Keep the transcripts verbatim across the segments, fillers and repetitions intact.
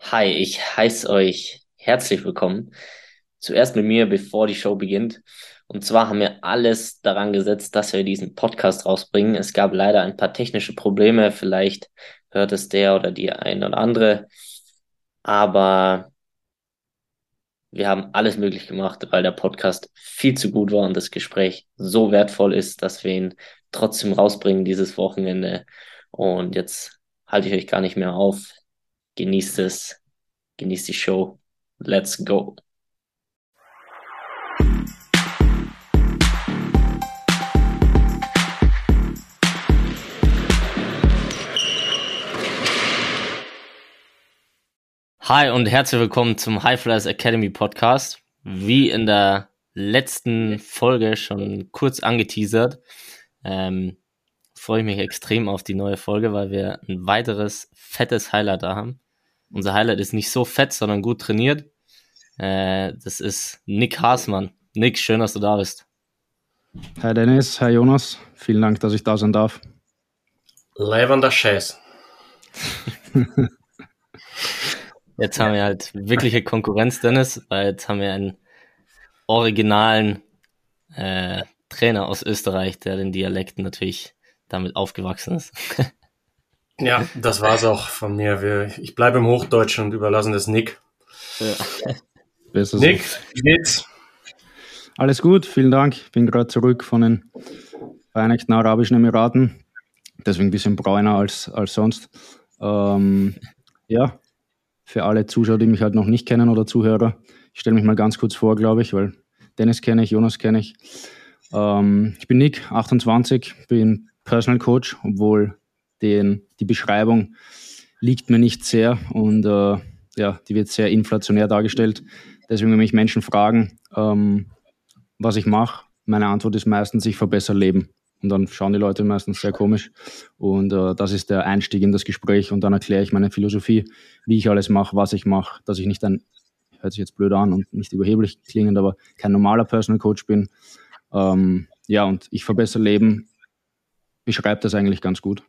Hi, ich heiße euch herzlich willkommen. Zuerst mit mir, bevor die Show beginnt. Und zwar haben wir alles daran gesetzt, dass wir diesen Podcast rausbringen. Es gab leider ein paar technische Probleme. Vielleicht hört es der oder die ein oder andere. Aber wir haben alles möglich gemacht, weil der Podcast viel zu gut war und das Gespräch so wertvoll ist, dass wir ihn trotzdem rausbringen dieses Wochenende. Und jetzt halte ich euch gar nicht mehr auf. Genießt es. Genießt die Show. Let's go. Hi und herzlich willkommen zum High Flyers Academy Podcast. Wie in der letzten Folge schon kurz angeteasert, ähm, freue ich mich extrem auf die neue Folge, weil wir ein weiteres fettes Highlight da haben. Unser Highlight ist nicht so fett, sondern gut trainiert. Äh, das ist Nick Haßmann. Nick, schön, dass du da bist. Hi Dennis, hi Jonas, vielen Dank, dass ich da sein darf. Leibender Scheiß. Jetzt haben wir halt wirkliche Konkurrenz, Dennis, weil jetzt haben wir einen originalen äh, Trainer aus Österreich, der den Dialekten natürlich damit aufgewachsen ist. Ja, das war's auch von mir. Wir, ich bleibe im Hochdeutschen und überlassen das Nick. Ja. Besser so. Nick, wie geht's? Alles gut, vielen Dank. Ich bin gerade zurück von den Vereinigten Arabischen Emiraten, deswegen ein bisschen bräuner als, als sonst. Ähm, ja, für alle Zuschauer, die mich halt noch nicht kennen oder Zuhörer, ich stelle mich mal ganz kurz vor, glaube ich, weil Dennis kenne ich, Jonas kenne ich. Ähm, ich bin Nick, achtundzwanzig, bin Personal Coach, obwohl den, die Beschreibung liegt mir nicht sehr und äh, ja, die wird sehr inflationär dargestellt. Deswegen, wenn mich Menschen fragen, ähm, was ich mache, meine Antwort ist meistens, ich verbessere Leben. Und dann schauen die Leute meistens sehr komisch. Und äh, das ist der Einstieg in das Gespräch. Und dann erkläre ich meine Philosophie, wie ich alles mache, was ich mache, dass ich nicht ein, hört sich jetzt blöd an und nicht überheblich klingend, aber kein normaler Personal Coach bin. Ähm, ja, und ich verbessere Leben, beschreibt das eigentlich ganz gut.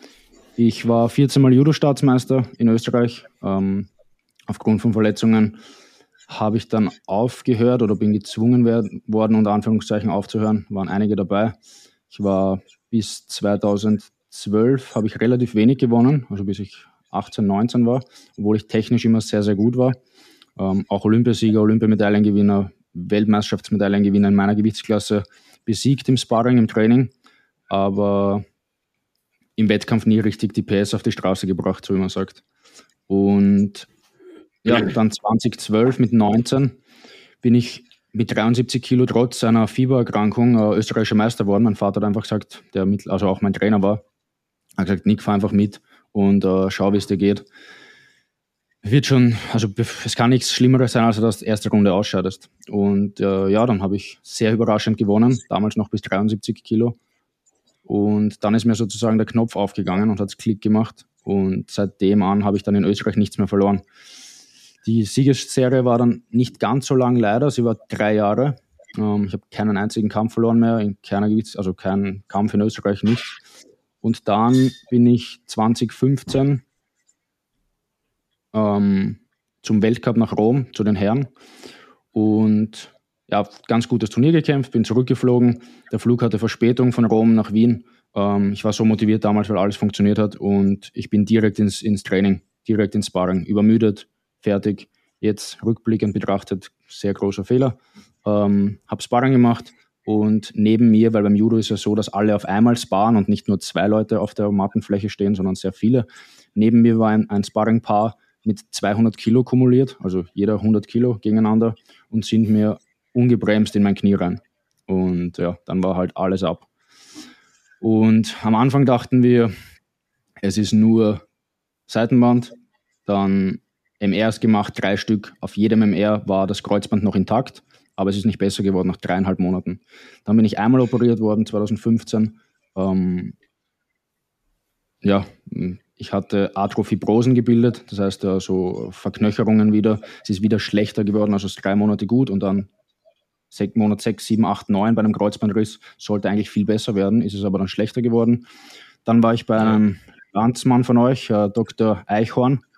Ich war vierzehn Mal Judo-Staatsmeister in Österreich. Ähm, aufgrund von Verletzungen habe ich dann aufgehört oder bin gezwungen werden, worden, unter Anführungszeichen aufzuhören. Waren einige dabei. Ich war bis zweitausendzwölf, habe ich relativ wenig gewonnen, also bis ich achtzehn, neunzehn war, obwohl ich technisch immer sehr, sehr gut war. Ähm, auch Olympiasieger, Olympiamedaillengewinner, Weltmeisterschaftsmedaillengewinner in meiner Gewichtsklasse besiegt im Sparring, im Training, aber im Wettkampf nie richtig die P S auf die Straße gebracht, so wie man sagt. Und ja, dann zweitausendzwölf mit neunzehn bin ich mit dreiundsiebzig Kilo trotz einer Fiebererkrankung äh, österreichischer Meister geworden. Mein Vater hat einfach gesagt, der mit, also auch mein Trainer war, hat gesagt, Nick, fahr einfach mit und äh, schau, wie es dir geht. Wird schon, also es kann nichts Schlimmeres sein, als du das erste Runde ausscheidest. Und äh, ja, dann habe ich sehr überraschend gewonnen, damals noch bis dreiundsiebzig Kilo. Und dann ist mir sozusagen der Knopf aufgegangen und hat es Klick gemacht. Und seitdem an habe ich dann in Österreich nichts mehr verloren. Die Siegesserie war dann nicht ganz so lang leider, sie war drei Jahre. Ähm, ich habe keinen einzigen Kampf verloren mehr, in keiner Gewichts-, also keinen Kampf in Österreich nicht. Und dann bin ich zwanzig fünfzehn ähm, zum Weltcup nach Rom, zu den Herren. Und ja, ganz gutes Turnier gekämpft, bin zurückgeflogen. Der Flug hatte Verspätung von Rom nach Wien. Ähm, ich war so motiviert damals, weil alles funktioniert hat. Und ich bin direkt ins, ins Training, direkt ins Sparring, übermüdet, fertig. Jetzt rückblickend betrachtet, sehr großer Fehler. Ähm, habe Sparring gemacht und neben mir, weil beim Judo ist ja so, dass alle auf einmal sparen und nicht nur zwei Leute auf der Mattenfläche stehen, sondern sehr viele. Neben mir war ein, ein Sparringpaar mit zweihundert Kilo kumuliert, also jeder hundert Kilo gegeneinander und sind mir ungebremst in mein Knie rein. Und ja, dann war halt alles ab. Und am Anfang dachten wir, es ist nur Seitenband, dann M Rs gemacht, drei Stück. Auf jedem M R war das Kreuzband noch intakt, aber es ist nicht besser geworden nach dreieinhalb Monaten. Dann bin ich einmal operiert worden, zwanzig fünfzehn. Ähm, ja, ich hatte Arthrofibrosen gebildet, das heißt äh, so Verknöcherungen wieder. Es ist wieder schlechter geworden, also es ist drei Monate gut und dann sechs, Monat sechs, sieben, acht, neun bei einem Kreuzbandriss sollte eigentlich viel besser werden, ist es aber dann schlechter geworden. Dann war ich bei einem Landsmann von euch, äh, Doktor Eichhorn,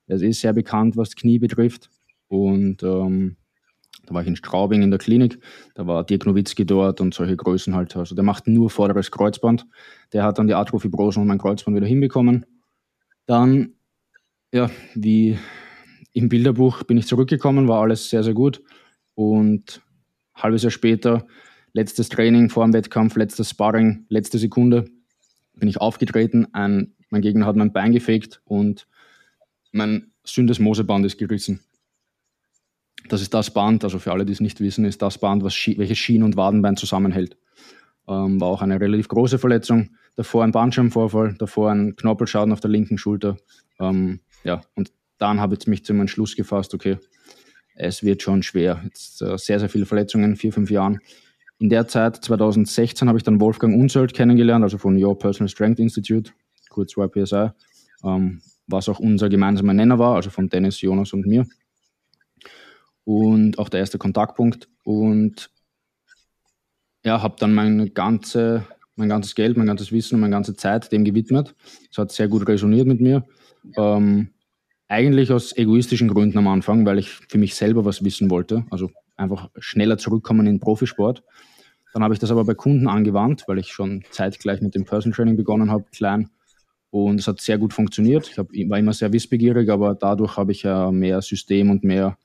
Er ist eh sehr bekannt, was das Knie betrifft. Und ähm, da war ich in Straubing in der Klinik, da war Dirk Nowitzki dort und solche Größen halt. Also der macht nur vorderes Kreuzband. Der hat dann die Arthrofibrose und mein Kreuzband wieder hinbekommen. Dann, ja, wie im Bilderbuch bin ich zurückgekommen, war alles sehr, sehr gut. Und ein halbes Jahr später, letztes Training vor dem Wettkampf, letztes Sparring, letzte Sekunde, bin ich aufgetreten. Ein, mein Gegner hat mein Bein gefegt und mein Syndesmoseband ist gerissen. Das ist das Band, also für alle, die es nicht wissen, ist das Band, was Schien, welches Schien- und Wadenbein zusammenhält. Ähm, war auch eine relativ große Verletzung. Davor ein Bandscheibenvorfall, davor ein Knorpelschaden auf der linken Schulter. Ähm, ja, und dann habe ich mich zum Entschluss gefasst, okay, es wird schon schwer. Jetzt äh, sehr, sehr viele Verletzungen, vier, fünf Jahren. In der Zeit, zwanzig sechzehn, habe ich dann Wolfgang Unselt kennengelernt, also von Your Personal Strength Institute, kurz Y P S I, ähm, was auch unser gemeinsamer Nenner war, also von Dennis, Jonas und mir. Und auch der erste Kontaktpunkt. Und ja, habe dann meine ganze, mein ganzes Geld, mein ganzes Wissen und meine ganze Zeit dem gewidmet. Es hat sehr gut resoniert mit mir. Ähm, eigentlich aus egoistischen Gründen am Anfang, weil ich für mich selber was wissen wollte. Also einfach schneller zurückkommen in den Profisport. Dann habe ich das aber bei Kunden angewandt, weil ich schon zeitgleich mit dem Personal Training begonnen habe, klein. Und es hat sehr gut funktioniert. Ich hab, war immer sehr wissbegierig, aber dadurch habe ich ja mehr System und mehr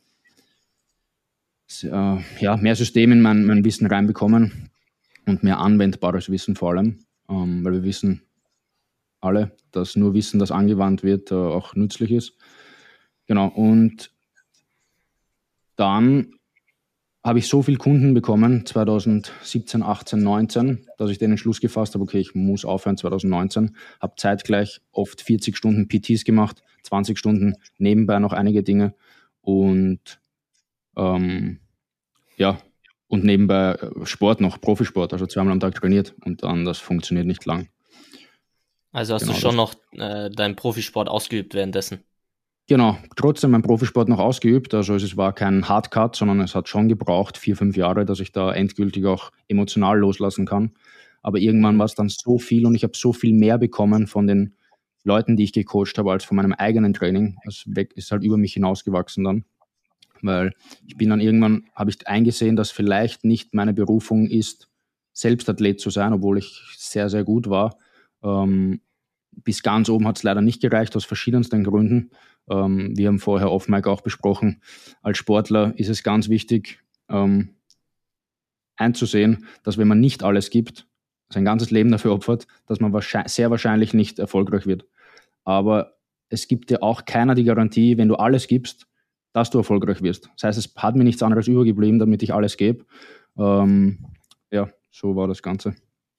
äh, ja, mehr System in mein, mein Wissen reinbekommen und mehr anwendbares Wissen vor allem, ähm, weil wir wissen alle, dass nur Wissen, das angewandt wird, äh, auch nützlich ist. Genau, und dann habe ich so viele Kunden bekommen, zwanzig siebzehn, achtzehn, neunzehn, dass ich den Entschluss gefasst habe, okay, ich muss aufhören zwanzig neunzehn, habe zeitgleich oft vierzig Stunden P Ts gemacht, zwanzig Stunden nebenbei noch einige Dinge und ähm, ja, und nebenbei Sport noch, Profisport, also zweimal am Tag trainiert und dann, das funktioniert nicht lang. Also hast Genau, du schon das- noch äh, deinen Profisport ausgeübt währenddessen? Genau, trotzdem mein Profisport noch ausgeübt, also es war kein Hardcut, sondern es hat schon gebraucht, vier, fünf Jahre, dass ich da endgültig auch emotional loslassen kann. Aber irgendwann war es dann so viel und ich habe so viel mehr bekommen von den Leuten, die ich gecoacht habe, als von meinem eigenen Training. Es weg- ist halt über mich hinausgewachsen dann. Weil ich bin dann irgendwann, habe ich eingesehen, dass vielleicht nicht meine Berufung ist, Selbstathlet zu sein, obwohl ich sehr, sehr gut war. Ähm, bis ganz oben hat es leider nicht gereicht, aus verschiedensten Gründen. Ähm, wir haben vorher off-mic auch besprochen, als Sportler ist es ganz wichtig, ähm, einzusehen, dass wenn man nicht alles gibt, sein ganzes Leben dafür opfert, dass man wahrscheinlich, sehr wahrscheinlich nicht erfolgreich wird. Aber es gibt dir auch keiner die Garantie, wenn du alles gibst, dass du erfolgreich wirst. Das heißt, es hat mir nichts anderes übergeblieben, damit ich alles gebe. Ähm, ja, so war das Ganze.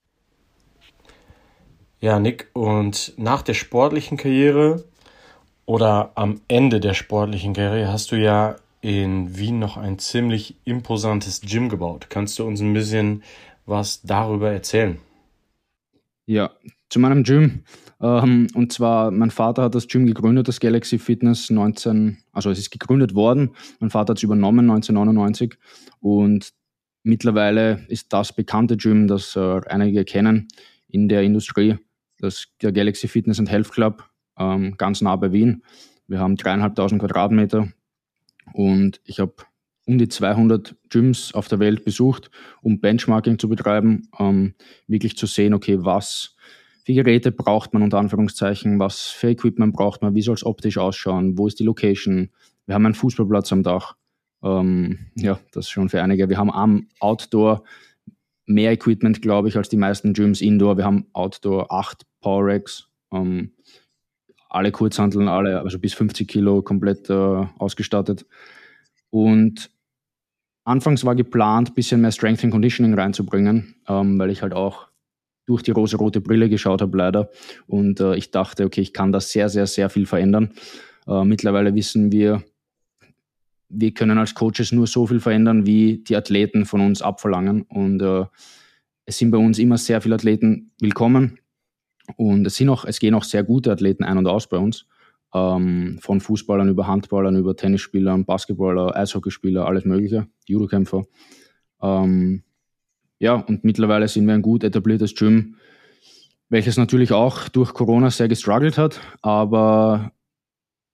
Ja, Nick, und nach der sportlichen Karriere oder am Ende der sportlichen Karriere hast du ja in Wien noch ein ziemlich imposantes Gym gebaut. Kannst du uns ein bisschen was darüber erzählen? Ja, zu meinem Gym. Ähm, und zwar, mein Vater hat das Gym gegründet, das Galaxy Fitness neunzehn, also es ist gegründet worden. Mein Vater hat es übernommen neunzehnhundertneunundneunzig und mittlerweile ist das bekannte Gym, das äh, einige kennen in der Industrie, das der Galaxy Fitness and Health Club, ähm, ganz nah bei Wien. Wir haben dreieinhalbtausend Quadratmeter und ich habe um die zweihundert Gyms auf der Welt besucht, um Benchmarking zu betreiben, ähm, wirklich zu sehen, okay, was für Geräte braucht man unter Anführungszeichen, was für Equipment braucht man, wie soll es optisch ausschauen, wo ist die Location. Wir haben einen Fußballplatz am Dach. Ähm, ja, das ist schon für einige. Wir haben am Outdoor mehr Equipment, glaube ich, als die meisten Gyms Indoor. Wir haben Outdoor acht Power Racks, ähm, alle Kurzhanteln, alle, also bis fünfzig Kilo komplett äh, ausgestattet. Und anfangs war geplant, ein bisschen mehr Strength and Conditioning reinzubringen, ähm, weil ich halt auch durch die rosa-rote Brille geschaut habe, leider. Und äh, ich dachte, okay, ich kann da sehr, sehr, sehr viel verändern. Äh, mittlerweile wissen wir, wir können als Coaches nur so viel verändern, wie die Athleten von uns abverlangen. Und äh, es sind bei uns immer sehr viele Athleten willkommen. Und es, sind auch, es gehen auch sehr gute Athleten ein und aus bei uns. Ähm, von Fußballern über Handballern, über Tennisspielern, Basketballer, Eishockeyspieler, alles Mögliche, Judokämpfer. Ähm, ja, und mittlerweile sind wir ein gut etabliertes Gym, welches natürlich auch durch Corona sehr gestruggelt hat, aber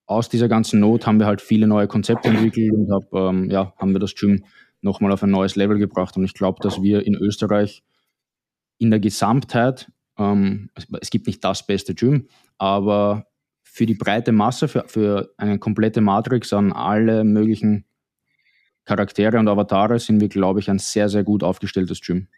aus dieser ganzen Not haben wir halt viele neue Konzepte entwickelt und hab, ähm, ja, haben wir das Gym nochmal auf ein neues Level gebracht. Und ich glaube, dass wir in Österreich in der Gesamtheit, ähm, es, es gibt nicht das beste Gym, aber für die breite Masse, für, für eine komplette Matrix an alle möglichen Charaktere und Avatare sind wir, glaube ich, ein sehr, sehr gut aufgestelltes Gym.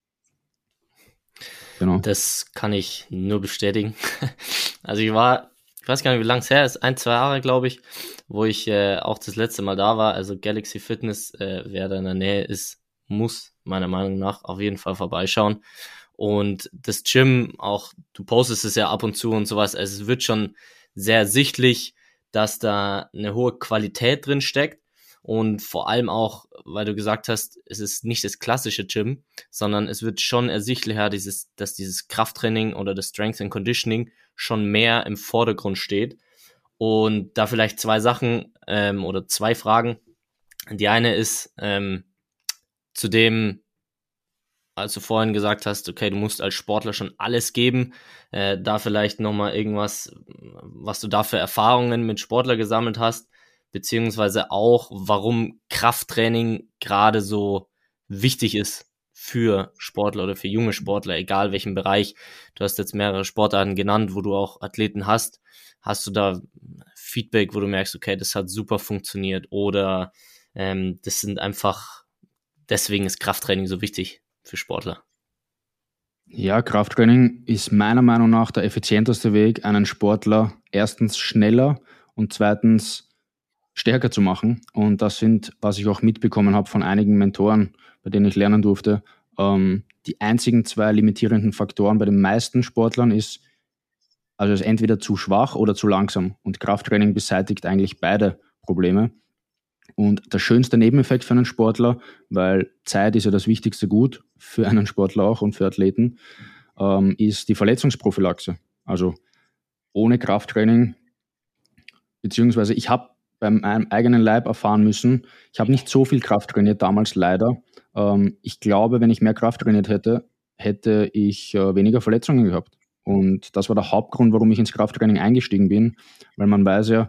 Genau. Das kann ich nur bestätigen. Also ich war, ich weiß gar nicht, wie lange es her ist, ein, zwei Jahre, glaube ich, wo ich äh, auch das letzte Mal da war. Also Galaxy Fitness, äh, wer da in der Nähe ist, muss meiner Meinung nach auf jeden Fall vorbeischauen. Und das Gym, auch du postest es ja ab und zu und sowas, also es wird schon sehr ersichtlich, dass da eine hohe Qualität drin steckt. Und vor allem auch, weil du gesagt hast, es ist nicht das klassische Gym, sondern es wird schon ersichtlicher, dieses, dass dieses Krafttraining oder das Strength and Conditioning schon mehr im Vordergrund steht. Und da vielleicht zwei Sachen ähm, oder zwei Fragen. Die eine ist ähm, zu dem, als du vorhin gesagt hast, okay, du musst als Sportler schon alles geben, äh, da vielleicht nochmal irgendwas, was du da für Erfahrungen mit Sportler gesammelt hast, beziehungsweise auch, warum Krafttraining gerade so wichtig ist für Sportler oder für junge Sportler, egal welchen Bereich. Du hast jetzt mehrere Sportarten genannt, wo du auch Athleten hast. Hast du da Feedback, wo du merkst, okay, das hat super funktioniert oder ähm, das sind einfach, deswegen ist Krafttraining so wichtig für Sportler? Ja, Krafttraining ist meiner Meinung nach der effizienteste Weg, einen Sportler erstens schneller und zweitens stärker zu machen. Und das sind, was ich auch mitbekommen habe von einigen Mentoren, bei denen ich lernen durfte, ähm, die einzigen zwei limitierenden Faktoren bei den meisten Sportlern ist, also ist entweder zu schwach oder zu langsam. Und Krafttraining beseitigt eigentlich beide Probleme. Und der schönste Nebeneffekt für einen Sportler, weil Zeit ist ja das wichtigste Gut für einen Sportler auch und für Athleten, ähm, ist die Verletzungsprophylaxe. Also ohne Krafttraining, beziehungsweise ich habe bei meinem eigenen Leib erfahren müssen, ich habe nicht so viel Kraft trainiert damals leider. Ähm, ich glaube, wenn ich mehr Kraft trainiert hätte, hätte ich äh, weniger Verletzungen gehabt. Und das war der Hauptgrund, warum ich ins Krafttraining eingestiegen bin, weil man weiß ja,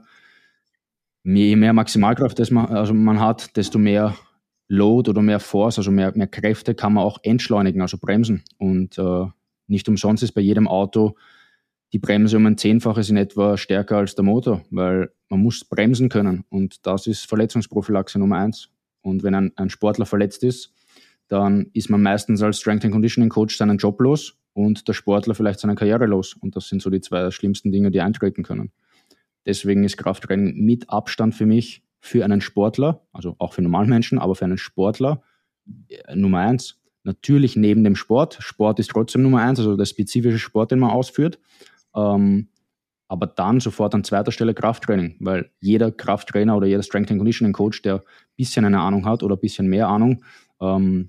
je mehr Maximalkraft das man, also man hat, desto mehr Load oder mehr Force, also mehr, mehr Kräfte kann man auch entschleunigen, also bremsen. Und äh, nicht umsonst ist bei jedem Auto die Bremse um ein Zehnfaches in etwa stärker als der Motor, weil man muss bremsen können. Und das ist Verletzungsprophylaxe Nummer eins. Und wenn ein, ein Sportler verletzt ist, dann ist man meistens als Strength and Conditioning Coach seinen Job los und der Sportler vielleicht seine Karriere los. Und das sind so die zwei schlimmsten Dinge, die eintreten können. Deswegen ist Krafttraining mit Abstand für mich, für einen Sportler, also auch für Normalmenschen, aber für einen Sportler äh, Nummer eins. Natürlich neben dem Sport. Sport ist trotzdem Nummer eins, also der spezifische Sport, den man ausführt. Ähm, aber dann sofort an zweiter Stelle Krafttraining, weil jeder Krafttrainer oder jeder Strength and Conditioning Coach, der ein bisschen eine Ahnung hat oder ein bisschen mehr Ahnung, ähm,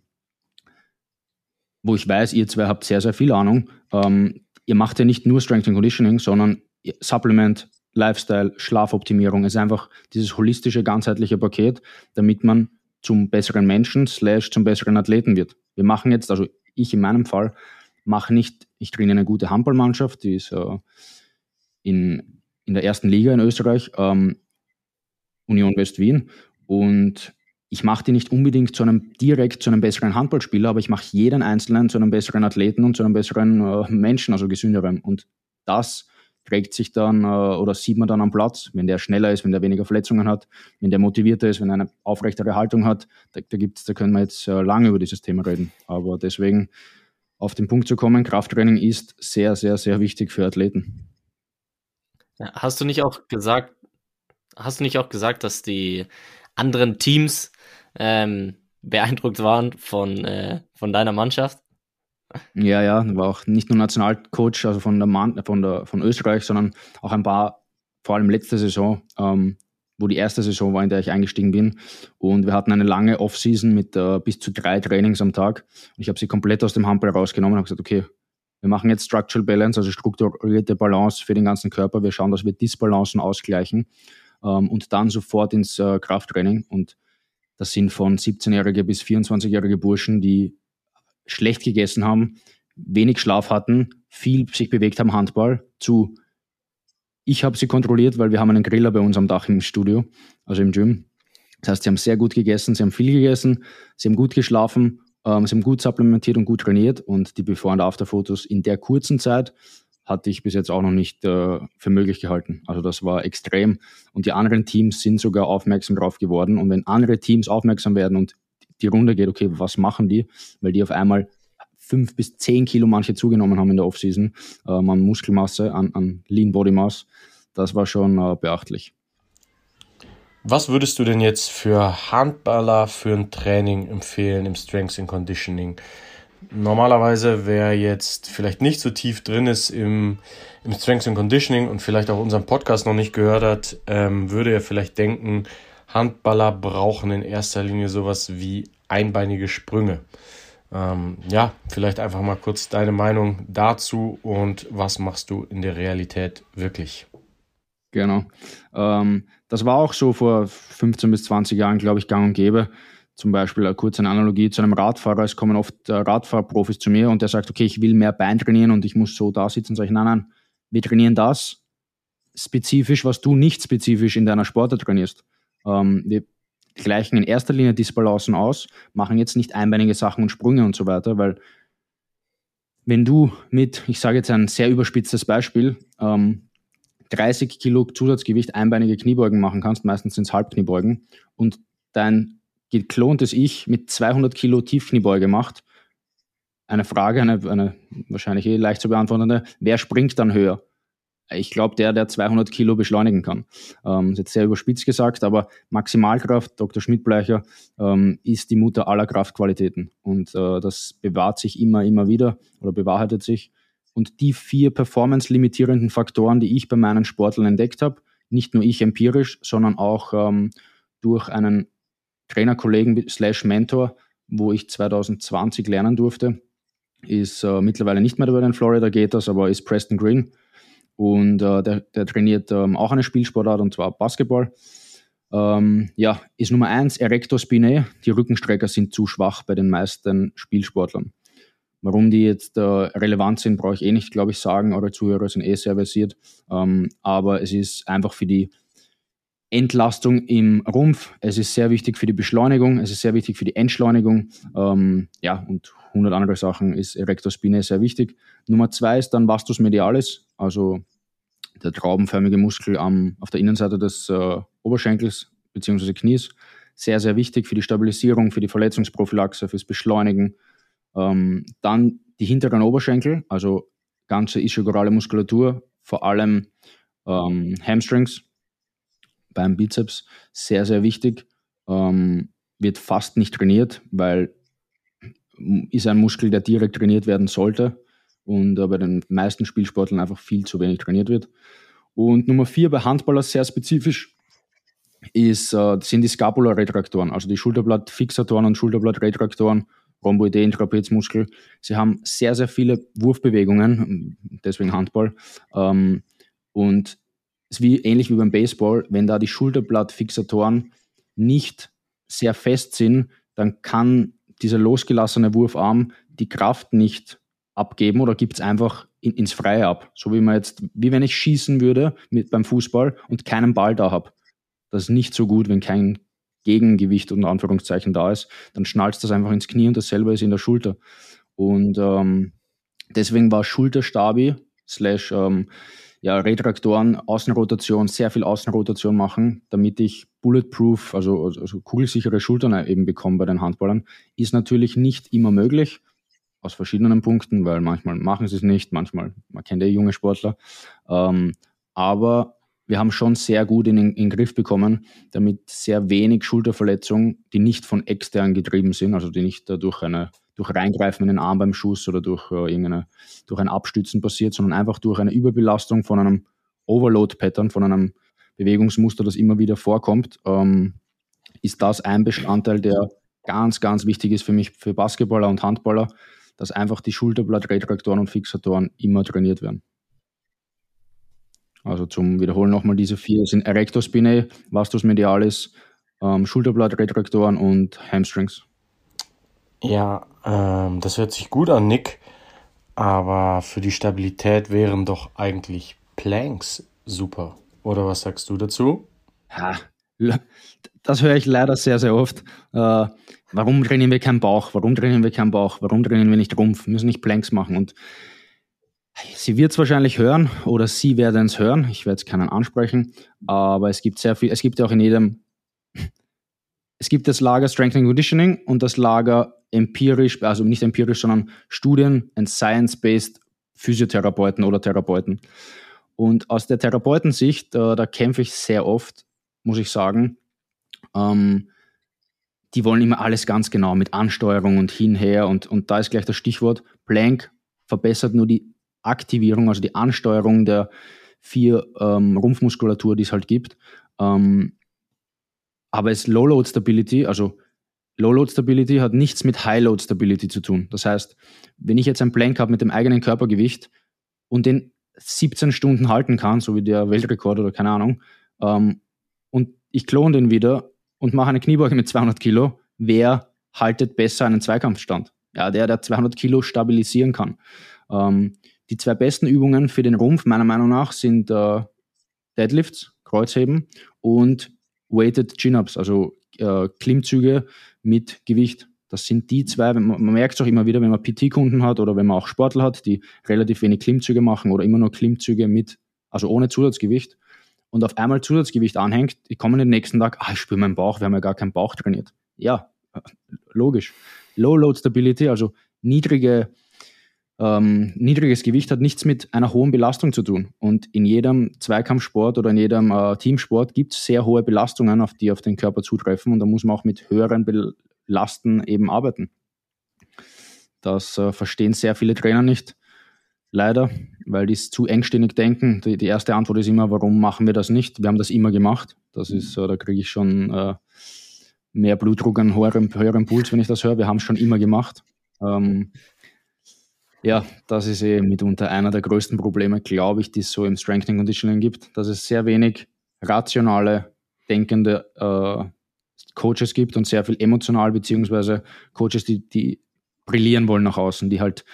wo ich weiß, ihr zwei habt sehr, sehr viel Ahnung, ähm, ihr macht ja nicht nur Strength and Conditioning, sondern Supplement, Lifestyle, Schlafoptimierung ist einfach dieses holistische, ganzheitliche Paket, damit man zum besseren Menschen slash zum besseren Athleten wird. Wir machen jetzt, also ich in meinem Fall, mache nicht, ich trainiere eine gute Handballmannschaft, die ist äh, in, in der ersten Liga in Österreich, ähm, Union West-Wien, und ich mache die nicht unbedingt zu einem, direkt zu einem besseren Handballspieler, aber ich mache jeden Einzelnen zu einem besseren Athleten und zu einem besseren äh, Menschen, also gesünderem. Und das trägt sich dann äh, oder sieht man dann am Platz, wenn der schneller ist, wenn der weniger Verletzungen hat, wenn der motivierter ist, wenn er eine aufrechtere Haltung hat. Da, da, gibt's, da können wir jetzt äh, lange über dieses Thema reden. Aber deswegen auf den Punkt zu kommen, Krafttraining ist sehr, sehr, sehr wichtig für Athleten. Ja, hast du nicht auch gesagt, hast du nicht auch gesagt, dass die anderen Teams ähm, beeindruckt waren von, äh, von deiner Mannschaft? Ja, ja, war auch nicht nur Nationalcoach, also von der Mann, von der von Österreich, sondern auch ein paar, vor allem letzte Saison, ähm, wo die erste Saison war, in der ich eingestiegen bin. Und wir hatten eine lange Off-Season mit äh, bis zu drei Trainings am Tag. Und ich habe sie komplett aus dem Handball rausgenommen und habe gesagt, okay, wir machen jetzt Structural Balance, also strukturierte Balance für den ganzen Körper. Wir schauen, dass wir Disbalancen ausgleichen ähm, und dann sofort ins äh, Krafttraining. Und das sind von siebzehnjährige bis vierundzwanzigjährige Burschen, die schlecht gegessen haben, wenig Schlaf hatten, viel sich bewegt haben, Handball, zu Ich habe sie kontrolliert, weil wir haben einen Griller bei uns am Dach im Studio, also im Gym. Das heißt, sie haben sehr gut gegessen, sie haben viel gegessen, sie haben gut geschlafen, ähm, sie haben gut supplementiert und gut trainiert. Und die Before- und After-Fotos in der kurzen Zeit hatte ich bis jetzt auch noch nicht äh, für möglich gehalten. Also das war extrem. Und die anderen Teams sind sogar aufmerksam drauf geworden. Und wenn andere Teams aufmerksam werden und die Runde geht, okay, was machen die? Weil die auf einmal fünf bis zehn Kilo manche zugenommen haben in der Offseason ähm, an Muskelmasse, an, an Lean Body Mass. Das war schon äh, beachtlich. Was würdest du denn jetzt für Handballer für ein Training empfehlen im Strength and Conditioning? Normalerweise, wer jetzt vielleicht nicht so tief drin ist im, im Strength and Conditioning und vielleicht auch unseren Podcast noch nicht gehört hat, ähm, würde er vielleicht denken, Handballer brauchen in erster Linie sowas wie einbeinige Sprünge. Ähm, ja, vielleicht einfach mal kurz deine Meinung dazu und was machst du in der Realität wirklich? Genau. Ähm, das war auch so vor fünfzehn bis zwanzig Jahren, glaube ich, gang und gäbe. Zum Beispiel eine kurze Analogie zu einem Radfahrer. Es kommen oft äh, Radfahrprofis zu mir und der sagt, okay, ich will mehr Bein trainieren und ich muss so da sitzen. Sag ich, nein, nein, wir trainieren das spezifisch, was du nicht spezifisch in deiner Sportart trainierst. Ähm, wir gleichen in erster Linie Disbalancen aus, machen jetzt nicht einbeinige Sachen und Sprünge und so weiter, weil wenn du mit, ich sage jetzt ein sehr überspitztes Beispiel, ähm, dreißig Kilo Zusatzgewicht einbeinige Kniebeugen machen kannst, meistens sind es Halbkniebeugen, und dein geklontes Ich mit zweihundert Kilo Tiefkniebeuge macht, eine Frage, eine, eine wahrscheinlich eh leicht zu beantwortende, wer springt dann höher? Ich glaube, der, der zweihundert Kilo beschleunigen kann. Ähm, ist jetzt sehr überspitzt gesagt, aber Maximalkraft, Doktor Schmidt-Bleicher, ähm, ist die Mutter aller Kraftqualitäten. Und äh, das bewahrt sich immer, immer wieder oder bewahrheitet sich. Und die vier performance-limitierenden Faktoren, die ich bei meinen Sportlern entdeckt habe, nicht nur ich empirisch, sondern auch ähm, durch einen Trainerkollegen slash Mentor, wo ich zwanzig zwanzig lernen durfte, ist äh, mittlerweile nicht mehr bei den Florida Gators, aber ist Preston Green. Und äh, der, der trainiert ähm, auch eine Spielsportart, und zwar Basketball. Ähm, ja, ist Nummer eins Erector Spinae. Die Rückenstrecker sind zu schwach bei den meisten Spielsportlern. Warum die jetzt äh, relevant sind, brauche ich eh nicht, glaube ich, sagen. Eure Zuhörer sind eh sehr versiert. Ähm, aber es ist einfach für die Entlastung im Rumpf. Es ist sehr wichtig für die Beschleunigung. Es ist sehr wichtig für die Entschleunigung. Ähm, ja, und hundert andere Sachen ist Erector Spinae sehr wichtig. Nummer zwei ist dann Vastus medialis, also der traubenförmige Muskel am, auf der Innenseite des äh, Oberschenkels bzw. Knies. Sehr, sehr wichtig für die Stabilisierung, für die Verletzungsprophylaxe, fürs Beschleunigen. Ähm, dann die hinteren Oberschenkel, also ganze ischiochorale Muskulatur, vor allem ähm, Hamstrings beim Bizeps, sehr, sehr wichtig. Ähm, wird fast nicht trainiert, weil ist ein Muskel, der direkt trainiert werden sollte und äh, bei den meisten Spielsportlern einfach viel zu wenig trainiert wird. Und Nummer vier bei Handballern sehr spezifisch ist, äh, sind die Scapula-Retraktoren, also die Schulterblattfixatoren und Schulterblattretraktoren, Rhomboideen, Trapezmuskel. Sie haben sehr, sehr viele Wurfbewegungen, deswegen Handball. Ähm, und es ist wie, ähnlich wie beim Baseball, wenn da die Schulterblattfixatoren nicht sehr fest sind, dann kann dieser losgelassene Wurfarm die Kraft nicht abgeben oder gibt es einfach in, ins Freie ab. So wie man jetzt, wie wenn ich schießen würde mit, beim Fußball und keinen Ball da habe. Das ist nicht so gut, wenn kein Gegengewicht unter Anführungszeichen da ist. Dann schnallst das einfach ins Knie und dasselbe ist in der Schulter. Und ähm, deswegen war Schulterstabi slash ähm, ja, Retraktoren, Außenrotation, sehr viel Außenrotation machen, damit ich bulletproof, also, also kugelsichere Schultern eben bekomme bei den Handballern, ist natürlich nicht immer möglich, aus verschiedenen Punkten, weil manchmal machen sie es nicht, manchmal, man kennt ja junge Sportler, ähm, aber wir haben schon sehr gut in, in den Griff bekommen, damit sehr wenig Schulterverletzungen, die nicht von extern getrieben sind, also die nicht äh, durch eine durch Reingreifen in den Arm beim Schuss oder durch, äh, irgendeine, durch ein Abstützen passiert, sondern einfach durch eine Überbelastung von einem Overload-Pattern, von einem Bewegungsmuster, das immer wieder vorkommt, ähm, ist das ein Bestandteil, der ganz, ganz wichtig ist für mich, für Basketballer und Handballer, dass einfach die Schulterblatt-Retraktoren und Fixatoren immer trainiert werden. Also zum Wiederholen nochmal diese vier sind Erector Spinae, Vastus medialis, ähm, Schulterblatt-Retraktoren und Hamstrings. Ja, ähm, das hört sich gut an, Nick, aber für die Stabilität wären doch eigentlich Planks super. Oder was sagst du dazu? Ja, das höre ich leider sehr, sehr oft. Äh, warum trainieren wir keinen Bauch? Warum trainieren wir keinen Bauch? Warum trainieren wir nicht Rumpf? Wir müssen nicht Planks machen. Und sie wird es wahrscheinlich hören oder sie werden es hören. Ich werde es keinen ansprechen. Aber es gibt sehr viel, es gibt ja auch in jedem, es gibt das Lager Strength and Conditioning und das Lager empirisch, also nicht empirisch, sondern Studien- and Science-based Physiotherapeuten oder Therapeuten. Und aus der Therapeutensicht, äh, da kämpfe ich sehr oft, muss ich sagen. Ähm, die wollen immer alles ganz genau mit Ansteuerung und hinher. Und, und da ist gleich das Stichwort, Plank verbessert nur die Aktivierung, also die Ansteuerung der vier ähm, Rumpfmuskulatur, die es halt gibt. Ähm, aber es Low-Load Stability, also Low-Load Stability hat nichts mit High-Load Stability zu tun. Das heißt, wenn ich jetzt ein Plank habe mit dem eigenen Körpergewicht und den siebzehn Stunden halten kann, so wie der Weltrekord oder keine Ahnung, ähm, und ich klone den wieder und mache eine Kniebeuge mit zweihundert Kilo, wer haltet besser einen Zweikampfstand? Ja, der, der zweihundert Kilo stabilisieren kann. Ähm, die zwei besten Übungen für den Rumpf, meiner Meinung nach, sind äh, Deadlifts, Kreuzheben und Weighted Chin-Ups, also äh, Klimmzüge mit Gewicht. Das sind die zwei, man, man merkt es auch immer wieder, wenn man P T-Kunden hat oder wenn man auch Sportler hat, die relativ wenig Klimmzüge machen oder immer nur Klimmzüge mit, also ohne Zusatzgewicht und auf einmal Zusatzgewicht anhängt, die kommen den nächsten Tag, ah, ich spüre meinen Bauch, wir haben ja gar keinen Bauch trainiert. Ja, logisch. Low-Load Stability, also niedrige Ähm, niedriges Gewicht hat nichts mit einer hohen Belastung zu tun. Und in jedem Zweikampfsport oder in jedem äh, Teamsport gibt es sehr hohe Belastungen, auf die auf den Körper zutreffen. Und da muss man auch mit höheren Belasten eben arbeiten. Das äh, verstehen sehr viele Trainer nicht. Leider, weil die es zu engstirnig denken. Die, die erste Antwort ist immer, warum machen wir das nicht? Wir haben das immer gemacht. Das ist, äh, da kriege ich schon äh, mehr Blutdruck, einen höheren, höheren Puls, wenn ich das höre. Wir haben es schon immer gemacht. Ähm, Ja, das ist eh mitunter einer der größten Probleme, glaube ich, die es so im Strength and Conditioning gibt, dass es sehr wenig rationale, denkende äh, Coaches gibt und sehr viel emotional, beziehungsweise Coaches, die, die brillieren wollen nach außen, die halt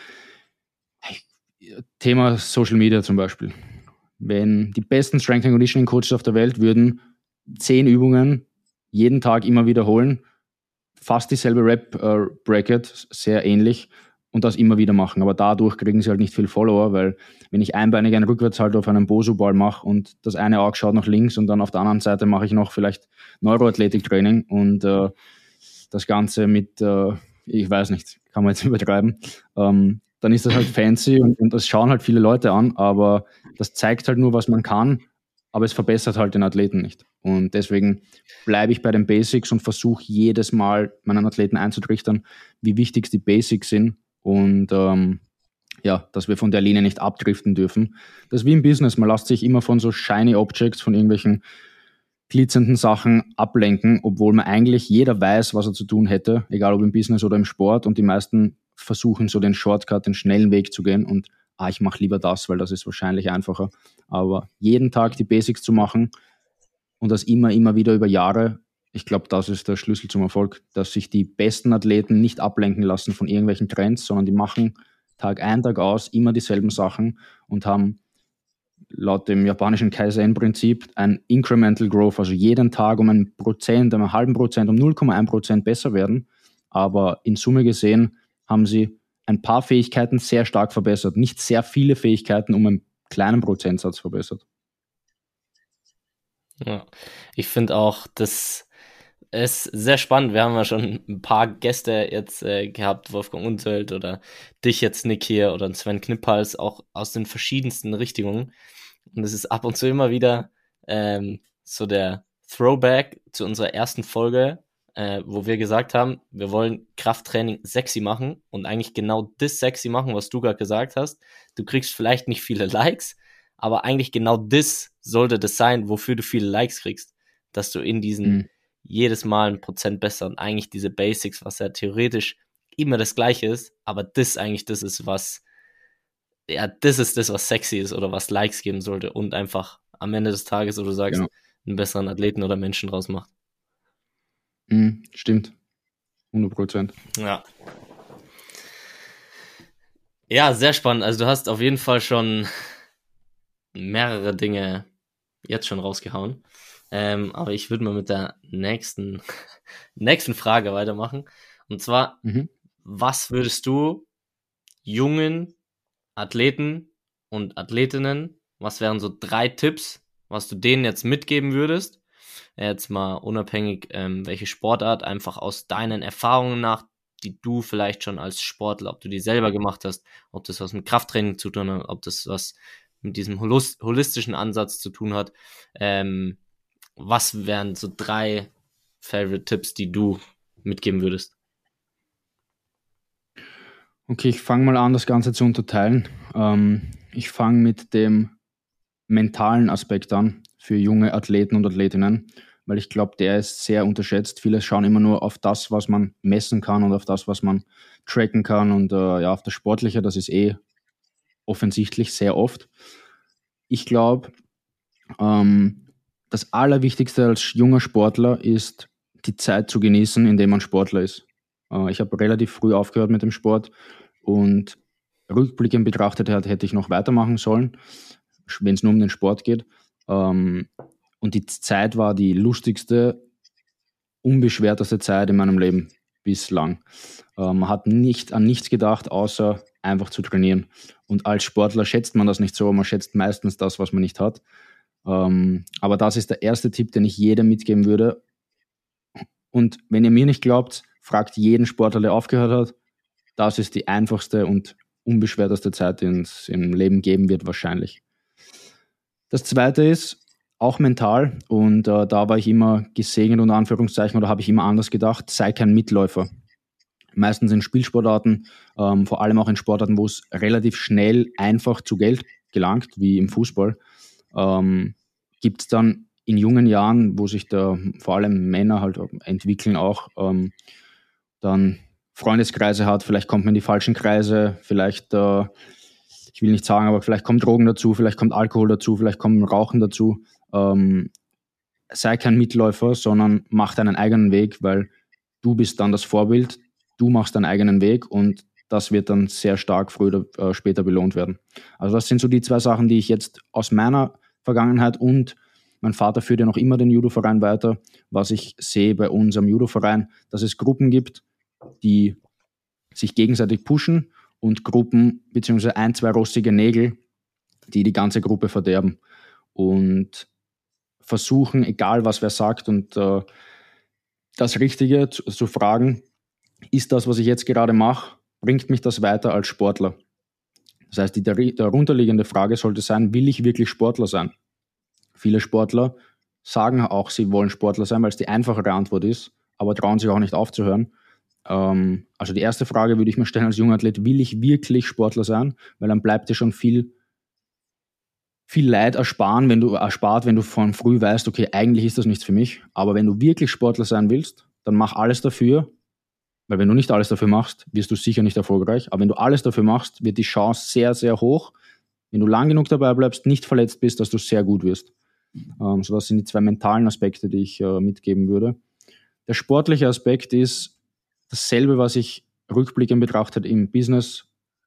Thema Social Media zum Beispiel. Wenn die besten Strength and Conditioning Coaches auf der Welt würden zehn Übungen jeden Tag immer wiederholen, fast dieselbe Rep-Bracket, sehr ähnlich, und das immer wieder machen. Aber dadurch kriegen sie halt nicht viel Follower, weil wenn ich einbeinig einen Rückwärtshalter auf einen Bosu-Ball mache und das eine Auge schaut nach links und dann auf der anderen Seite mache ich noch vielleicht Neuroathletik-Training und äh, das Ganze mit, äh, ich weiß nicht, kann man jetzt übertreiben, ähm, dann ist das halt fancy und, und das schauen halt viele Leute an, aber das zeigt halt nur, was man kann, aber es verbessert halt den Athleten nicht. Und deswegen bleibe ich bei den Basics und versuche jedes Mal meinen Athleten einzutrichtern, wie wichtig die Basics sind und ähm, ja, dass wir von der Linie nicht abdriften dürfen. Das ist wie im Business, man lässt sich immer von so shiny Objects, von irgendwelchen glitzernden Sachen ablenken, obwohl man eigentlich jeder weiß, was er zu tun hätte, egal ob im Business oder im Sport, und die meisten versuchen so den Shortcut, den schnellen Weg zu gehen und ah, ich mache lieber das, weil das ist wahrscheinlich einfacher. Aber jeden Tag die Basics zu machen und das immer, immer wieder über Jahre, ich glaube, das ist der Schlüssel zum Erfolg, dass sich die besten Athleten nicht ablenken lassen von irgendwelchen Trends, sondern die machen Tag ein, Tag aus immer dieselben Sachen und haben laut dem japanischen Kaizen-Prinzip ein Incremental Growth, also jeden Tag um ein Prozent, um einen halben Prozent, um null Komma eins Prozent besser werden. Aber in Summe gesehen haben sie ein paar Fähigkeiten sehr stark verbessert, nicht sehr viele Fähigkeiten um einen kleinen Prozentsatz verbessert. Ja, ich finde auch, das ist sehr spannend. Wir haben ja schon ein paar Gäste jetzt äh, gehabt, Wolfgang Unzelt oder dich jetzt, Nick, hier oder Sven Knippals, auch aus den verschiedensten Richtungen. Und es ist ab und zu immer wieder ähm, so der Throwback zu unserer ersten Folge, äh, wo wir gesagt haben, wir wollen Krafttraining sexy machen und eigentlich genau das sexy machen, was du gerade gesagt hast. Du kriegst vielleicht nicht viele Likes, aber eigentlich genau das sollte das sein, wofür du viele Likes kriegst, dass du in diesen mhm. jedes Mal ein Prozent besser und eigentlich diese Basics, was ja theoretisch immer das Gleiche ist, aber das eigentlich das ist, was ja, das ist das, was sexy ist oder was Likes geben sollte und einfach am Ende des Tages, wo du sagst, genau, einen besseren Athleten oder Menschen draus macht. Mhm, stimmt. hundert Prozent. Ja. Ja, sehr spannend. Also du hast auf jeden Fall schon mehrere Dinge jetzt schon rausgehauen. Ähm, aber ich würde mal mit der nächsten, nächsten Frage weitermachen. Und zwar, Mhm. was würdest du jungen Athleten und Athletinnen, was wären so drei Tipps, was du denen jetzt mitgeben würdest? Jetzt mal unabhängig, ähm, welche Sportart, einfach aus deinen Erfahrungen nach, die du vielleicht schon als Sportler, ob du die selber gemacht hast, ob das was mit Krafttraining zu tun hat, ob das was mit diesem holus- holistischen Ansatz zu tun hat. Ähm, was wären so drei Favorite Tipps, die du mitgeben würdest? Okay, ich fange mal an, das Ganze zu unterteilen. Ähm, ich fange mit dem mentalen Aspekt an für junge Athleten und Athletinnen, weil ich glaube, der ist sehr unterschätzt. Viele schauen immer nur auf das, was man messen kann und auf das, was man tracken kann und äh, ja, auf das Sportliche, das ist eh offensichtlich sehr oft. Ich glaube, ähm, das Allerwichtigste als junger Sportler ist, die Zeit zu genießen, indem man Sportler ist. Äh, ich habe relativ früh aufgehört mit dem Sport und rückblickend betrachtet hat, hätte ich noch weitermachen sollen, wenn es nur um den Sport geht. Ähm, und die Zeit war die lustigste, unbeschwerteste Zeit in meinem Leben bislang. Äh, man hat nicht an nichts gedacht, außer einfach zu trainieren. Und als Sportler schätzt man das nicht so, man schätzt meistens das, was man nicht hat. Ähm, aber das ist der erste Tipp, den ich jedem mitgeben würde. Und wenn ihr mir nicht glaubt, fragt jeden Sportler, der aufgehört hat. Das ist die einfachste und unbeschwerteste Zeit, die es im Leben geben wird, wahrscheinlich. Das zweite ist auch mental und äh, da war ich immer gesegnet, unter Anführungszeichen, oder habe ich immer anders gedacht, sei kein Mitläufer. Meistens in Spielsportarten, ähm, vor allem auch in Sportarten, wo es relativ schnell einfach zu Geld gelangt, wie im Fußball, ähm, gibt es dann in jungen Jahren, wo sich da vor allem Männer halt entwickeln auch, ähm, dann Freundeskreise hat, vielleicht kommt man in die falschen Kreise, vielleicht, äh, ich will nicht sagen, aber vielleicht kommt Drogen dazu, vielleicht kommt Alkohol dazu, vielleicht kommt Rauchen dazu. Ähm, sei kein Mitläufer, sondern mach deinen eigenen Weg, weil du bist dann das Vorbild, du machst deinen eigenen Weg und das wird dann sehr stark früher oder äh, später belohnt werden. Also das sind so die zwei Sachen, die ich jetzt aus meiner Vergangenheit und mein Vater führt ja noch immer den Judo-Verein weiter, was ich sehe bei unserem Judo-Verein, dass es Gruppen gibt, die sich gegenseitig pushen und Gruppen beziehungsweise ein, zwei rostige Nägel, die die ganze Gruppe verderben und versuchen, egal was wer sagt und äh, das Richtige zu, zu fragen, ist das, was ich jetzt gerade mache, bringt mich das weiter als Sportler? Das heißt, die darunterliegende Frage sollte sein, will ich wirklich Sportler sein? Viele Sportler sagen auch, sie wollen Sportler sein, weil es die einfachere Antwort ist, aber trauen sich auch nicht aufzuhören. Ähm, also die erste Frage würde ich mir stellen als junger Athlet, will ich wirklich Sportler sein? Weil dann bleibt dir schon viel, viel Leid ersparen, wenn du, erspart, wenn du von früh weißt, okay, eigentlich ist das nichts für mich. Aber wenn du wirklich Sportler sein willst, dann mach alles dafür, weil wenn du nicht alles dafür machst, wirst du sicher nicht erfolgreich. Aber wenn du alles dafür machst, wird die Chance sehr, sehr hoch, wenn du lang genug dabei bleibst, nicht verletzt bist, dass du sehr gut wirst. Ähm, so das sind die zwei mentalen Aspekte, die ich äh, mitgeben würde. Der sportliche Aspekt ist dasselbe, was ich rückblickend betrachtet im Business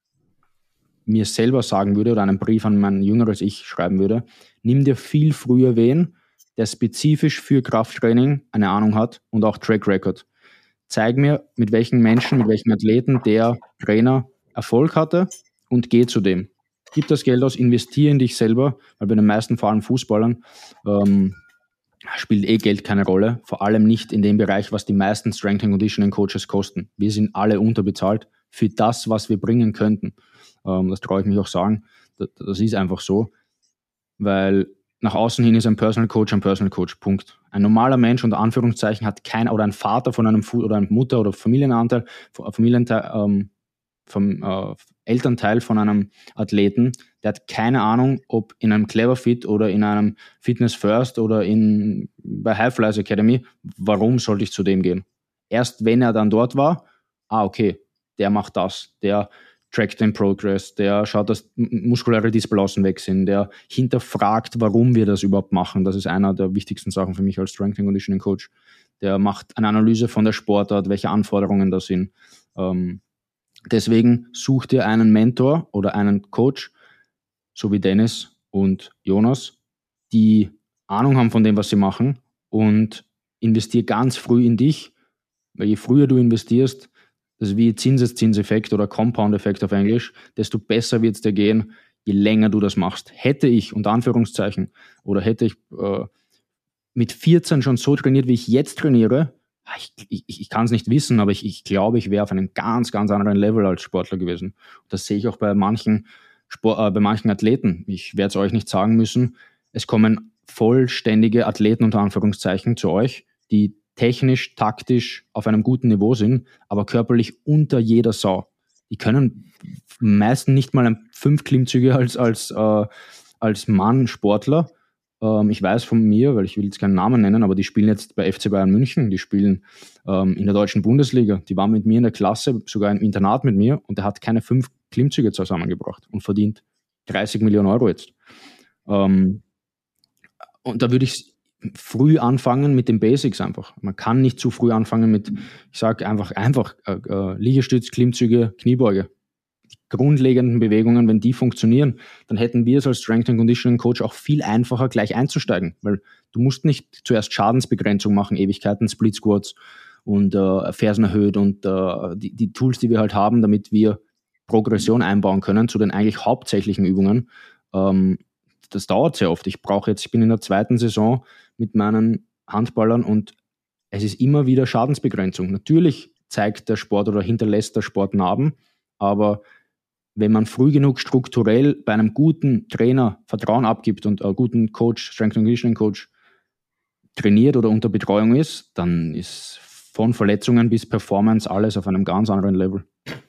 mir selber sagen würde oder einen Brief an mein jüngeres Ich schreiben würde. Nimm dir viel früher wen, der spezifisch für Krafttraining eine Ahnung hat und auch Track Record. Zeig mir, mit welchen Menschen, mit welchen Athleten der Trainer Erfolg hatte und geh zu dem. Gib das Geld aus, investiere in dich selber, weil bei den meisten, vor allem Fußballern, ähm, spielt eh Geld keine Rolle. Vor allem nicht in dem Bereich, was die meisten Strength and Conditioning Coaches kosten. Wir sind alle unterbezahlt für das, was wir bringen könnten. Ähm, das traue ich mich auch sagen. Das, das ist einfach so, weil nach außen hin ist ein Personal Coach ein Personal Coach, Punkt. Ein normaler Mensch, unter Anführungszeichen, hat kein, oder ein Vater von einem, oder eine Mutter oder Familienanteil, Familienteil, ähm, vom äh, Elternteil von einem Athleten, der hat keine Ahnung, ob in einem Clever Fit oder in einem Fitness First oder in, bei High Flyers Academy, warum sollte ich zu dem gehen? Erst wenn er dann dort war, ah, okay, der macht das, der trackt den Progress, der schaut, dass muskuläre Dysbalancen weg sind, der hinterfragt, warum wir das überhaupt machen. Das ist einer der wichtigsten Sachen für mich als Strength and Conditioning Coach. Der macht eine Analyse von der Sportart, welche Anforderungen da sind. Ähm, deswegen such dir einen Mentor oder einen Coach, so wie Dennis und Jonas, die Ahnung haben von dem, was sie machen und investiere ganz früh in dich, weil je früher du investierst, das ist wie Zinseszinseffekt oder Compound-Effekt auf Englisch, desto besser wird es dir gehen, je länger du das machst. Hätte ich, unter Anführungszeichen, oder hätte ich äh, mit vierzehn schon so trainiert, wie ich jetzt trainiere, ich, ich, ich kann es nicht wissen, aber ich, ich glaube, ich wäre auf einem ganz, ganz anderen Level als Sportler gewesen. Das sehe ich auch bei manchen, Sport, äh, bei manchen Athleten. Ich werde es euch nicht sagen müssen. Es kommen vollständige Athleten unter Anführungszeichen zu euch, die technisch, taktisch auf einem guten Niveau sind, aber körperlich unter jeder Sau. Die können meistens nicht mal fünf Klimmzüge als, als, äh, als Mann Sportler. Ähm, ich weiß von mir, weil ich will jetzt keinen Namen nennen, aber die spielen jetzt bei F C Bayern München, die spielen ähm, in der deutschen Bundesliga. Die waren mit mir in der Klasse, sogar im Internat mit mir, und der hat keine fünf Klimmzüge zusammengebracht und verdient dreißig Millionen Euro jetzt. Ähm, und da würde ich früh anfangen mit den Basics einfach. Man kann nicht zu früh anfangen mit, ich sage einfach, einfach äh, äh, Liegestütz, Klimmzüge, Kniebeuge. Die grundlegenden Bewegungen, wenn die funktionieren, dann hätten wir es als Strength and Conditioning Coach auch viel einfacher gleich einzusteigen, weil du musst nicht zuerst Schadensbegrenzung machen, Ewigkeiten, Split Squats und äh, Fersen erhöht und äh, die, die Tools, die wir halt haben, damit wir Progression einbauen können zu den eigentlich hauptsächlichen Übungen. Ähm, das dauert sehr oft. Ich brauche jetzt, ich bin in der zweiten Saison mit meinen Handballern und es ist immer wieder Schadensbegrenzung. Natürlich zeigt der Sport oder hinterlässt der Sport Narben, aber wenn man früh genug strukturell bei einem guten Trainer Vertrauen abgibt und einen guten Coach, Strength and Conditioning Coach trainiert oder unter Betreuung ist, dann ist von Verletzungen bis Performance alles auf einem ganz anderen Level.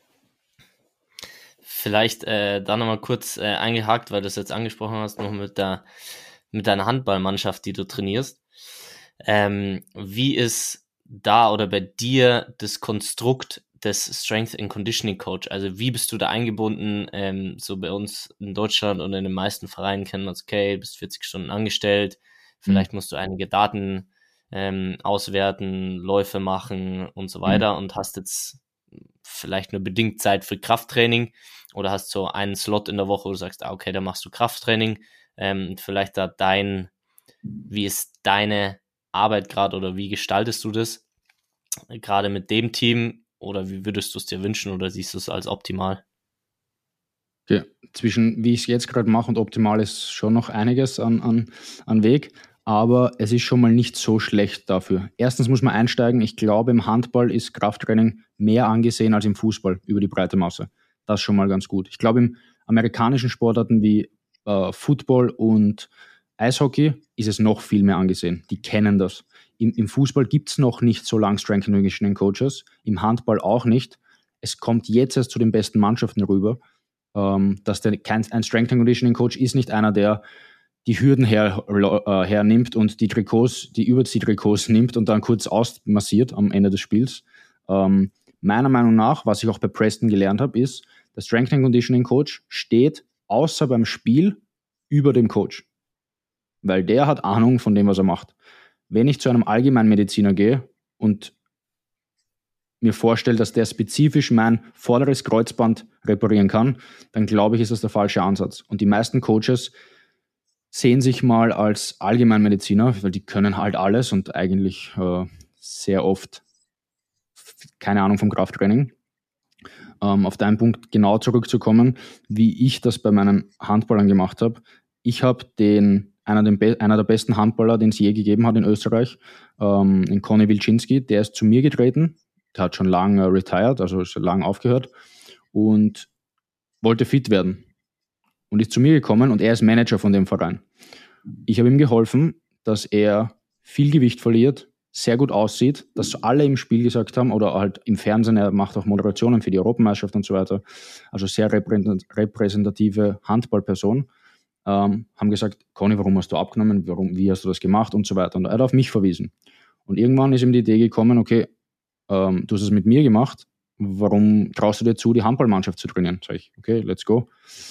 Vielleicht äh, da nochmal kurz äh, eingehakt, weil du es jetzt angesprochen hast, noch mit der mit deiner Handballmannschaft, die du trainierst. Ähm, wie ist da oder bei dir das Konstrukt des Strength and Conditioning Coach? Also wie bist du da eingebunden? Ähm, so bei uns in Deutschland und in den meisten Vereinen kennen wir es, okay, du bist vierzig Stunden angestellt, vielleicht mhm. musst du einige Daten ähm, auswerten, Läufe machen und so weiter mhm. und hast jetzt vielleicht nur bedingt Zeit für Krafttraining oder hast so einen Slot in der Woche, wo du sagst, ah, okay, da machst du Krafttraining. Ähm, vielleicht da dein, wie ist deine Arbeit gerade oder wie gestaltest du das gerade mit dem Team oder wie würdest du es dir wünschen oder siehst du es als optimal? Okay. Zwischen wie ich es jetzt gerade mache und optimal ist schon noch einiges an, an, an Weg, aber es ist schon mal nicht so schlecht dafür. Erstens muss man einsteigen, ich glaube im Handball ist Krafttraining mehr angesehen als im Fußball über die breite Masse. Das ist schon mal ganz gut. Ich glaube im amerikanischen Sportarten wie äh, Football und Eishockey ist es noch viel mehr angesehen. Die kennen das. Im, im Fußball gibt es noch nicht so lange Strength and Conditioning Coaches, im Handball auch nicht. Es kommt jetzt erst zu den besten Mannschaften rüber, ähm, dass der, kein, ein Strength and Conditioning Coach ist nicht einer, der die Hürden her, äh, hernimmt und die Trikots, die Überziehtrikots nimmt und dann kurz ausmassiert am Ende des Spiels. Ähm, meiner Meinung nach, was ich auch bei Preston gelernt habe, ist, der Strength and Conditioning Coach steht außer beim Spiel über dem Coach. Weil der hat Ahnung von dem, was er macht. Wenn ich zu einem Allgemeinmediziner gehe und mir vorstelle, dass der spezifisch mein vorderes Kreuzband reparieren kann, dann glaube ich, ist das der falsche Ansatz. Und die meisten Coaches sehen sich mal als Allgemeinmediziner, weil die können halt alles und eigentlich äh, sehr oft keine Ahnung vom Krafttraining. Ähm, auf deinen Punkt genau zurückzukommen, wie ich das bei meinen Handballern gemacht habe. Ich habe den Einer, den Be- einer der besten Handballer, den es je gegeben hat in Österreich, ähm, in Conny Wilczynski, der ist zu mir getreten, der hat schon lange äh, retired, also schon lange aufgehört und wollte fit werden und ist zu mir gekommen und er ist Manager von dem Verein. Ich habe ihm geholfen, dass er viel Gewicht verliert, sehr gut aussieht, dass alle im Spiel gesagt haben oder halt im Fernsehen, er macht auch Moderationen für die Europameisterschaft und so weiter, also sehr repräsentative Handballperson. Ähm, haben gesagt, Conny, warum hast du abgenommen, warum, wie hast du das gemacht und so weiter. Und er hat auf mich verwiesen. Und irgendwann ist ihm die Idee gekommen, okay, ähm, du hast es mit mir gemacht, warum traust du dir zu, die Handballmannschaft zu trainieren? Sag ich, okay, let's go.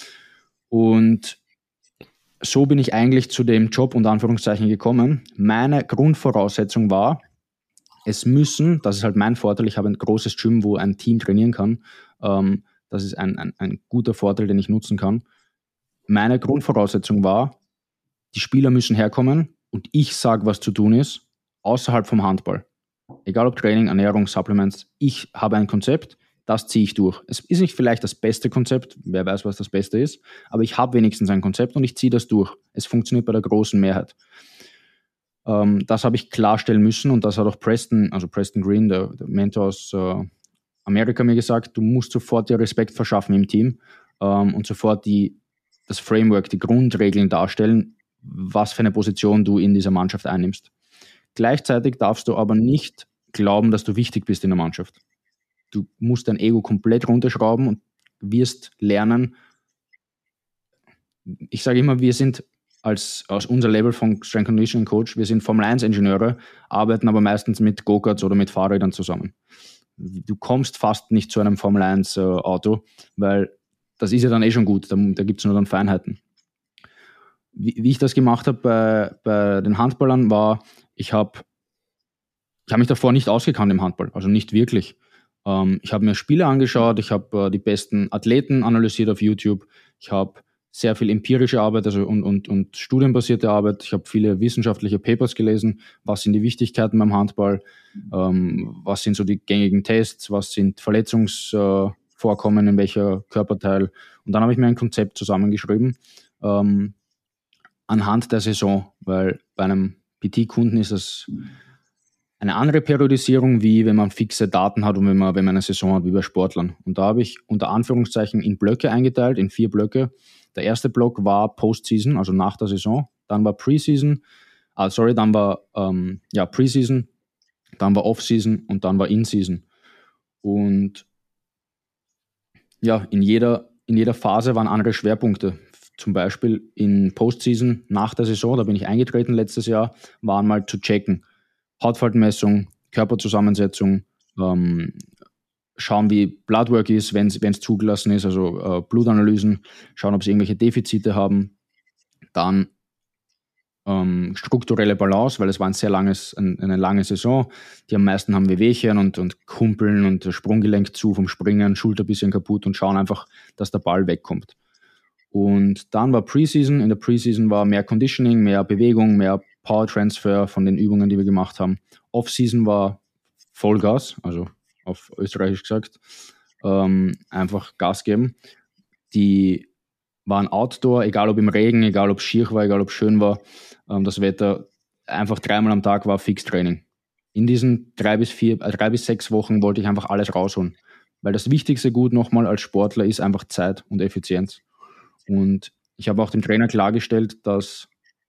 Und so bin ich eigentlich zu dem Job unter Anführungszeichen gekommen. Meine Grundvoraussetzung war, es müssen, das ist halt mein Vorteil, ich habe ein großes Gym, wo ein Team trainieren kann. Ähm, das ist ein, ein, ein guter Vorteil, den ich nutzen kann. Meine Grundvoraussetzung war, die Spieler müssen herkommen und ich sage, was zu tun ist, außerhalb vom Handball. Egal ob Training, Ernährung, Supplements, ich habe ein Konzept, das ziehe ich durch. Es ist nicht vielleicht das beste Konzept, wer weiß, was das Beste ist, aber ich habe wenigstens ein Konzept und ich ziehe das durch. Es funktioniert bei der großen Mehrheit. Ähm, das habe ich klarstellen müssen und das hat auch Preston, also Preston Green, der, der Mentor aus äh, Amerika, mir gesagt, du musst sofort dir Respekt verschaffen im Team ähm, und sofort die, das Framework, die Grundregeln darstellen, was für eine Position du in dieser Mannschaft einnimmst. Gleichzeitig darfst du aber nicht glauben, dass du wichtig bist in der Mannschaft. Du musst dein Ego komplett runterschrauben und wirst lernen. Ich sage immer, wir sind als aus unser Level von Strength Conditioning Coach, wir sind Formel eins Ingenieure, arbeiten aber meistens mit Go-Karts oder mit Fahrrädern zusammen. Du kommst fast nicht zu einem Formel eins Auto, weil das ist ja dann eh schon gut, da, da gibt es nur dann Feinheiten. Wie, wie ich das gemacht habe bei, bei den Handballern war, ich habe ich hab mich davor nicht ausgekannt im Handball, also nicht wirklich. Ähm, ich habe mir Spiele angeschaut, ich habe äh, die besten Athleten analysiert auf YouTube, ich habe sehr viel empirische Arbeit also und, und, und studienbasierte Arbeit, ich habe viele wissenschaftliche Papers gelesen, was sind die Wichtigkeiten beim Handball, ähm, was sind so die gängigen Tests, was sind Verletzungsvorkommen, äh, in welcher Körperteil, und dann habe ich mir ein Konzept zusammengeschrieben, ähm, anhand der Saison, weil bei einem P T-Kunden ist das eine andere Periodisierung, wie wenn man fixe Daten hat und wenn man, wenn man eine Saison hat, wie bei Sportlern. Und da habe ich unter Anführungszeichen in Blöcke eingeteilt, in vier Blöcke. Der erste Block war Postseason, also nach der Saison. Dann war Preseason, ah, sorry, dann war ähm, ja, Preseason, dann war Offseason und dann war In-Season. Und ja, in jeder, in jeder Phase waren andere Schwerpunkte. Zum Beispiel in Postseason nach der Saison, da bin ich eingetreten letztes Jahr, waren mal zu checken. Hautfaltenmessung, Körperzusammensetzung, ähm, schauen, wie Bloodwork ist, wenn es zugelassen ist, also äh, Blutanalysen, schauen, ob sie irgendwelche Defizite haben. Dann ähm, strukturelle Balance, weil es war ein sehr langes, ein, eine lange Saison. Die am meisten haben Wehwehchen und, und Kumpeln und Sprunggelenk zu vom Springen, Schulter ein bisschen kaputt und schauen einfach, dass der Ball wegkommt. Und dann war Preseason. In der Preseason war mehr Conditioning, mehr Bewegung, mehr Power Transfer von den Übungen, die wir gemacht haben. Off-Season war Vollgas, also auf Österreichisch gesagt, ähm, einfach Gas geben. Die waren Outdoor, egal ob im Regen, egal ob schier war, egal ob schön war. Ähm, das Wetter einfach dreimal am Tag war Fixtraining. In diesen drei bis vier, äh, drei bis sechs Wochen wollte ich einfach alles rausholen. Weil das wichtigste Gut nochmal als Sportler ist einfach Zeit und Effizienz. Und ich habe auch dem Trainer klargestellt, dass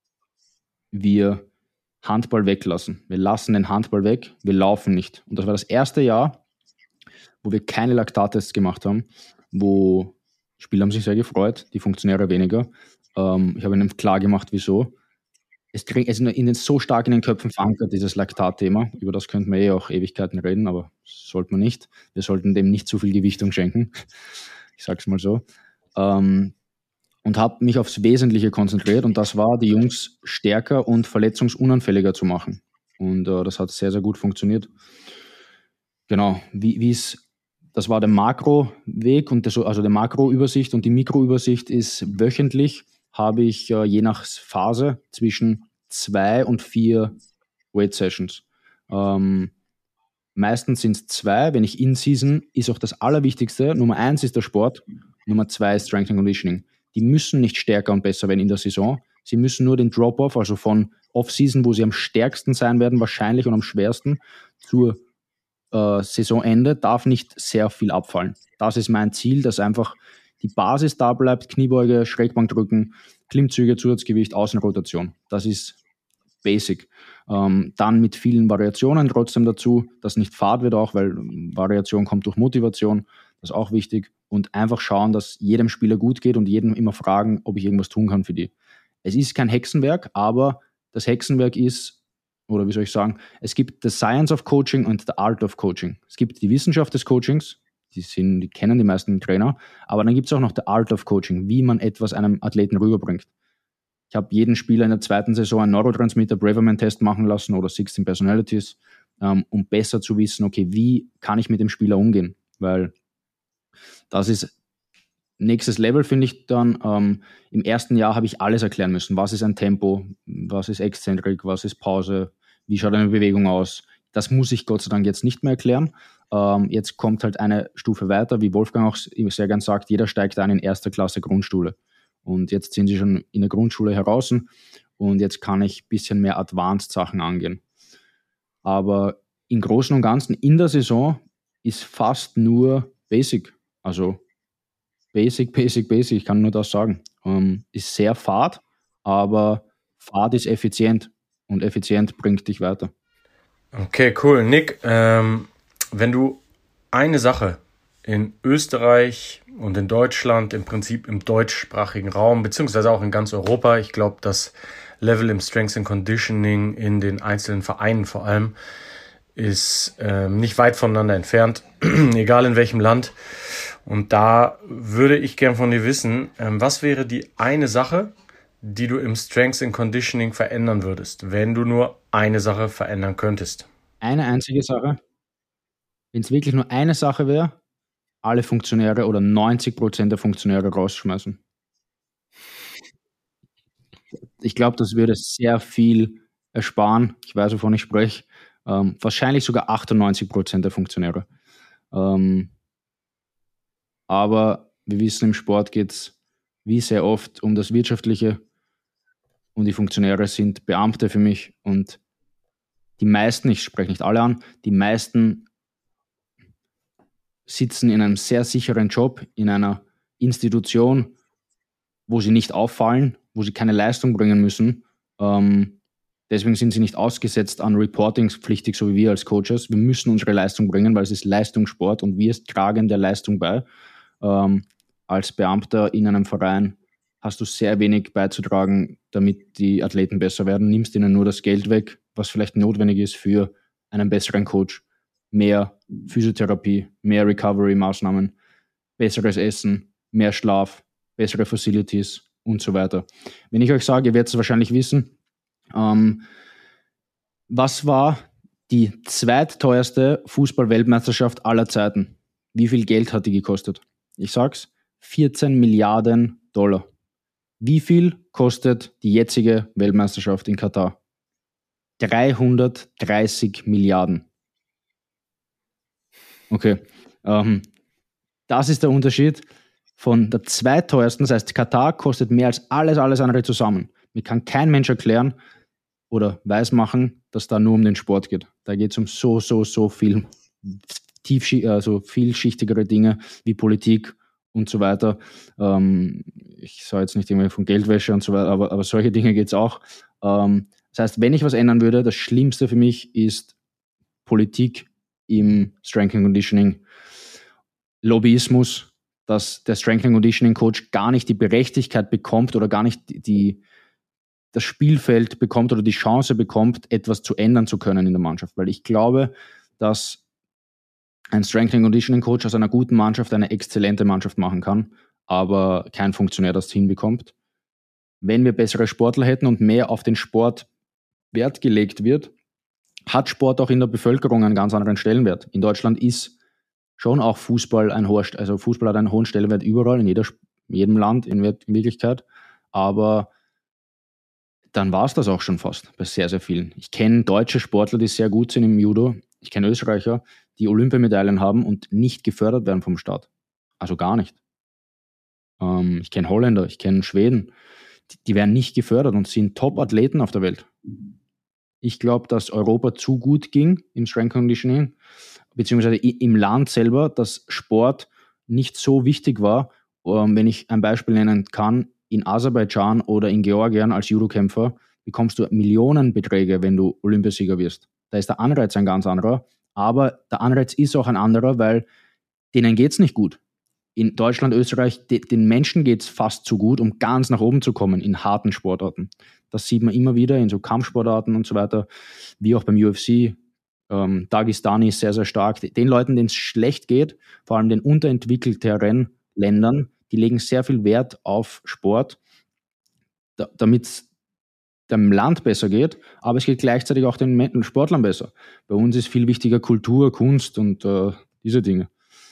wir Handball weglassen. Wir lassen den Handball weg, wir laufen nicht. Und das war das erste Jahr, wo wir keine Laktattests gemacht haben, wo Spieler haben sich sehr gefreut, die Funktionäre weniger. Ähm, ich habe ihnen klar gemacht, wieso. Es ist ihnen so stark in den Köpfen verankert, dieses Laktat-Thema. Über das könnten wir eh auch Ewigkeiten reden, aber das sollte man nicht. Wir sollten dem nicht zu viel Gewichtung schenken. Ich sage es mal so. Ähm, und habe mich aufs Wesentliche konzentriert und das war, die Jungs stärker und verletzungsunanfälliger zu machen. Und äh, das hat sehr, sehr gut funktioniert. Genau, wie es, das war der Makroweg und das, also der Makroübersicht und die Mikroübersicht ist wöchentlich, habe ich äh, je nach Phase zwischen zwei und vier Weight Sessions. Ähm, meistens sind es zwei, wenn ich in Season, ist auch das Allerwichtigste. Nummer eins ist der Sport, Nummer zwei ist Strength and Conditioning. Die müssen nicht stärker und besser werden in der Saison. Sie müssen nur den Drop-Off, also von Off-Season, wo sie am stärksten sein werden, wahrscheinlich und am schwersten, zur äh, Saisonende, darf nicht sehr viel abfallen. Das ist mein Ziel, dass einfach die Basis da bleibt, Kniebeuge, Schrägbankdrücken, Klimmzüge, Zusatzgewicht, Außenrotation. Das ist basic. Ähm, dann mit vielen Variationen trotzdem dazu, dass nicht fad wird auch, weil Variation kommt durch Motivation. Das ist auch wichtig. Und einfach schauen, dass jedem Spieler gut geht und jedem immer fragen, ob ich irgendwas tun kann für die. Es ist kein Hexenwerk, aber das Hexenwerk ist, oder wie soll ich sagen, es gibt the Science of Coaching und the Art of Coaching. Es gibt die Wissenschaft des Coachings, die, sind, die kennen die meisten Trainer, aber dann gibt es auch noch the Art of Coaching, wie man etwas einem Athleten rüberbringt. Ich habe jeden Spieler in der zweiten Saison einen Neurotransmitter-Braverman-Test machen lassen oder sechzehn Personalities, ähm, um besser zu wissen, okay, wie kann ich mit dem Spieler umgehen? Weil das ist nächstes Level finde ich dann, ähm, im ersten Jahr habe ich alles erklären müssen. Was ist ein Tempo, was ist Exzentrik, was ist Pause, wie schaut eine Bewegung aus. Das muss ich Gott sei Dank jetzt nicht mehr erklären. Ähm, jetzt kommt halt eine Stufe weiter, wie Wolfgang auch sehr gern sagt, jeder steigt ein in erster Klasse Grundschule. Und jetzt sind sie schon in der Grundschule heraus und jetzt kann ich ein bisschen mehr Advanced Sachen angehen. Aber im Großen und Ganzen in der Saison ist fast nur Basic. Also Basic, Basic, Basic, ich kann nur das sagen. Ähm, ist sehr fad, aber Fad ist effizient und effizient bringt dich weiter. Okay, cool. Nick, ähm, wenn du eine Sache in Österreich und in Deutschland, im Prinzip im deutschsprachigen Raum, beziehungsweise auch in ganz Europa, ich glaube, das Level im Strength and Conditioning in den einzelnen Vereinen vor allem ist ähm, nicht weit voneinander entfernt, egal in welchem Land. Und da würde ich gern von dir wissen, ähm, was wäre die eine Sache, die du im Strength and Conditioning verändern würdest, wenn du nur eine Sache verändern könntest? Eine einzige Sache, wenn es wirklich nur eine Sache wäre, alle Funktionäre oder neunzig Prozent der Funktionäre rausschmeißen. Ich glaube, das würde sehr viel ersparen. Ich weiß, wovon ich spreche. Ähm, wahrscheinlich sogar achtundneunzig Prozent der Funktionäre. Ähm, aber wir wissen, im Sport geht es wie sehr oft um das Wirtschaftliche und die Funktionäre sind Beamte für mich und die meisten, ich spreche nicht alle an, die meisten sitzen in einem sehr sicheren Job, in einer Institution, wo sie nicht auffallen, wo sie keine Leistung bringen müssen. Ähm, deswegen sind sie nicht ausgesetzt an Reportingspflichtig, so wie wir als Coaches. Wir müssen unsere Leistung bringen, weil es ist Leistungssport und wir tragen der Leistung bei. Ähm, als Beamter in einem Verein hast du sehr wenig beizutragen, damit die Athleten besser werden. Nimmst ihnen nur das Geld weg, was vielleicht notwendig ist für einen besseren Coach. Mehr Physiotherapie, mehr Recovery-Maßnahmen, besseres Essen, mehr Schlaf, bessere Facilities und so weiter. Wenn ich euch sage, ihr werdet es wahrscheinlich wissen, ähm, was war die zweitteuerste Fußball-Weltmeisterschaft aller Zeiten? Wie viel Geld hat die gekostet? Ich sag's, vierzehn Milliarden Dollar. Wie viel kostet die jetzige Weltmeisterschaft in Katar? dreihundertdreißig Milliarden. Okay, ähm, das ist der Unterschied von der zweiteuersten, das heißt Katar kostet mehr als alles, alles andere zusammen. Mir kann kein Mensch erklären oder weismachen, dass da nur um den Sport geht. Da geht es um so, so, so viel tiefschi- also vielschichtigere Dinge wie Politik und so weiter. Ähm, ich sage jetzt nicht irgendwie von Geldwäsche und so weiter, aber, aber solche Dinge geht es auch. Ähm, das heißt, wenn ich was ändern würde, das Schlimmste für mich ist Politik im Strength and Conditioning, Lobbyismus, dass der Strength and Conditioning Coach gar nicht die Berechtigkeit bekommt oder gar nicht die, das Spielfeld bekommt oder die Chance bekommt, etwas zu ändern zu können in der Mannschaft. Weil ich glaube, dass ein Strength and Conditioning Coach aus einer guten Mannschaft eine exzellente Mannschaft machen kann, aber kein Funktionär das hinbekommt. Wenn wir bessere Sportler hätten und mehr auf den Sport Wert gelegt wird, hat Sport auch in der Bevölkerung einen ganz anderen Stellenwert. In Deutschland ist schon auch Fußball ein hoher, also Fußball hat einen hohen Stellenwert überall, in jeder, jedem Land in Wirklichkeit, aber dann war es das auch schon fast bei sehr, sehr vielen. Ich kenne deutsche Sportler, die sehr gut sind im Judo, ich kenne Österreicher, die Olympiamedaillen haben und nicht gefördert werden vom Staat. Also gar nicht. Ähm, ich kenne Holländer, ich kenne Schweden, die, die werden nicht gefördert und sind Top-Athleten auf der Welt. Ich glaube, dass Europa zu gut ging im Strength Conditioning, beziehungsweise im Land selber, dass Sport nicht so wichtig war. Wenn ich ein Beispiel nennen kann, in Aserbaidschan oder in Georgien als Judokämpfer bekommst du Millionenbeträge, wenn du Olympiasieger wirst. Da ist der Anreiz ein ganz anderer, aber der Anreiz ist auch ein anderer, weil denen geht es nicht gut. In Deutschland, Österreich, de, den Menschen geht es fast zu gut, um ganz nach oben zu kommen in harten Sportarten. Das sieht man immer wieder in so Kampfsportarten und so weiter, wie auch beim U F C. Ähm, Dagestani ist sehr, sehr stark. Den Leuten, denen es schlecht geht, vor allem den unterentwickelteren Ländern, die legen sehr viel Wert auf Sport, da, damit es dem Land besser geht, aber es geht gleichzeitig auch den Sportlern besser. Bei uns ist viel wichtiger Kultur, Kunst und äh, diese Dinge.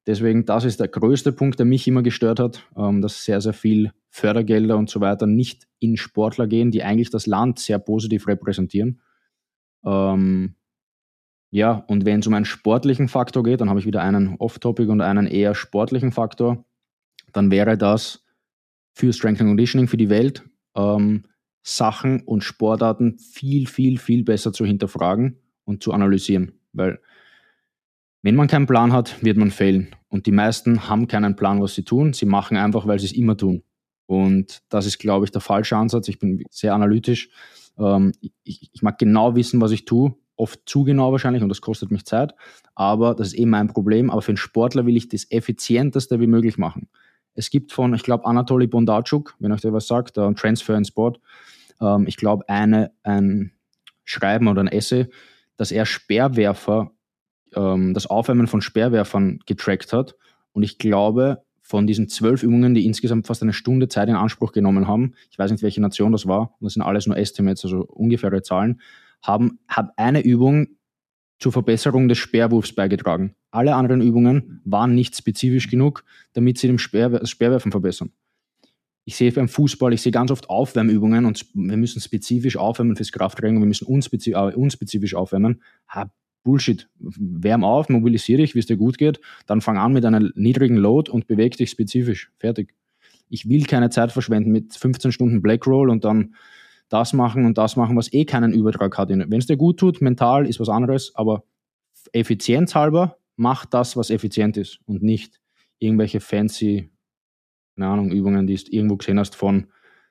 Deswegen, das ist der größte Punkt, der mich immer gestört hat, ähm, dass sehr, sehr viel Fördergelder und so weiter nicht in Sportler gehen, die eigentlich das Land sehr positiv repräsentieren. Ähm, ja, und wenn es um einen sportlichen Faktor geht, dann habe ich wieder einen Off-Topic und einen eher sportlichen Faktor. Dann wäre das für Strength and Conditioning, für die Welt, ähm, Sachen und Sportarten viel, viel, viel besser zu hinterfragen und zu analysieren. Weil wenn man keinen Plan hat, wird man failen. Und die meisten haben keinen Plan, was sie tun. Sie machen einfach, weil sie es immer tun. Und das ist, glaube ich, der falsche Ansatz. Ich bin sehr analytisch. Ähm, ich, ich mag genau wissen, was ich tue. Oft zu genau wahrscheinlich und das kostet mich Zeit. Aber das ist eben mein Problem. Aber für einen Sportler will ich das effizienteste wie möglich machen. Es gibt von, ich glaube, Anatoly Bondarchuk, wenn euch der was sagt, uh, Transfer in Sport, ähm, ich glaube, eine, ein Schreiben oder ein Essay, dass er Speerwerfer, ähm, das Aufwärmen von Speerwerfern getrackt hat. Und ich glaube, von diesen zwölf Übungen, die insgesamt fast eine Stunde Zeit in Anspruch genommen haben, ich weiß nicht, welche Nation das war, und das sind alles nur Estimates, also ungefähre Zahlen, haben, hat eine Übung zur Verbesserung des Speerwurfs beigetragen. Alle anderen Übungen waren nicht spezifisch genug, damit sie dem Speer, das Speerwerfen verbessern. Ich sehe beim Fußball, ich sehe ganz oft Aufwärmübungen und wir müssen spezifisch aufwärmen fürs Krafttraining, wir müssen unspezifisch, äh, unspezifisch aufwärmen. Ha, Bullshit. Wärm auf, mobilisiere dich, wie es dir gut geht, dann fang an mit einer niedrigen Load und beweg dich spezifisch. Fertig. Ich will keine Zeit verschwenden mit fünfzehn Stunden Black Roll und dann das machen und das machen, was eh keinen Übertrag hat. Wenn es dir gut tut, mental ist was anderes, aber effizienzhalber, mach das, was effizient ist und nicht irgendwelche fancy, keine Ahnung, Übungen, die du irgendwo gesehen hast von,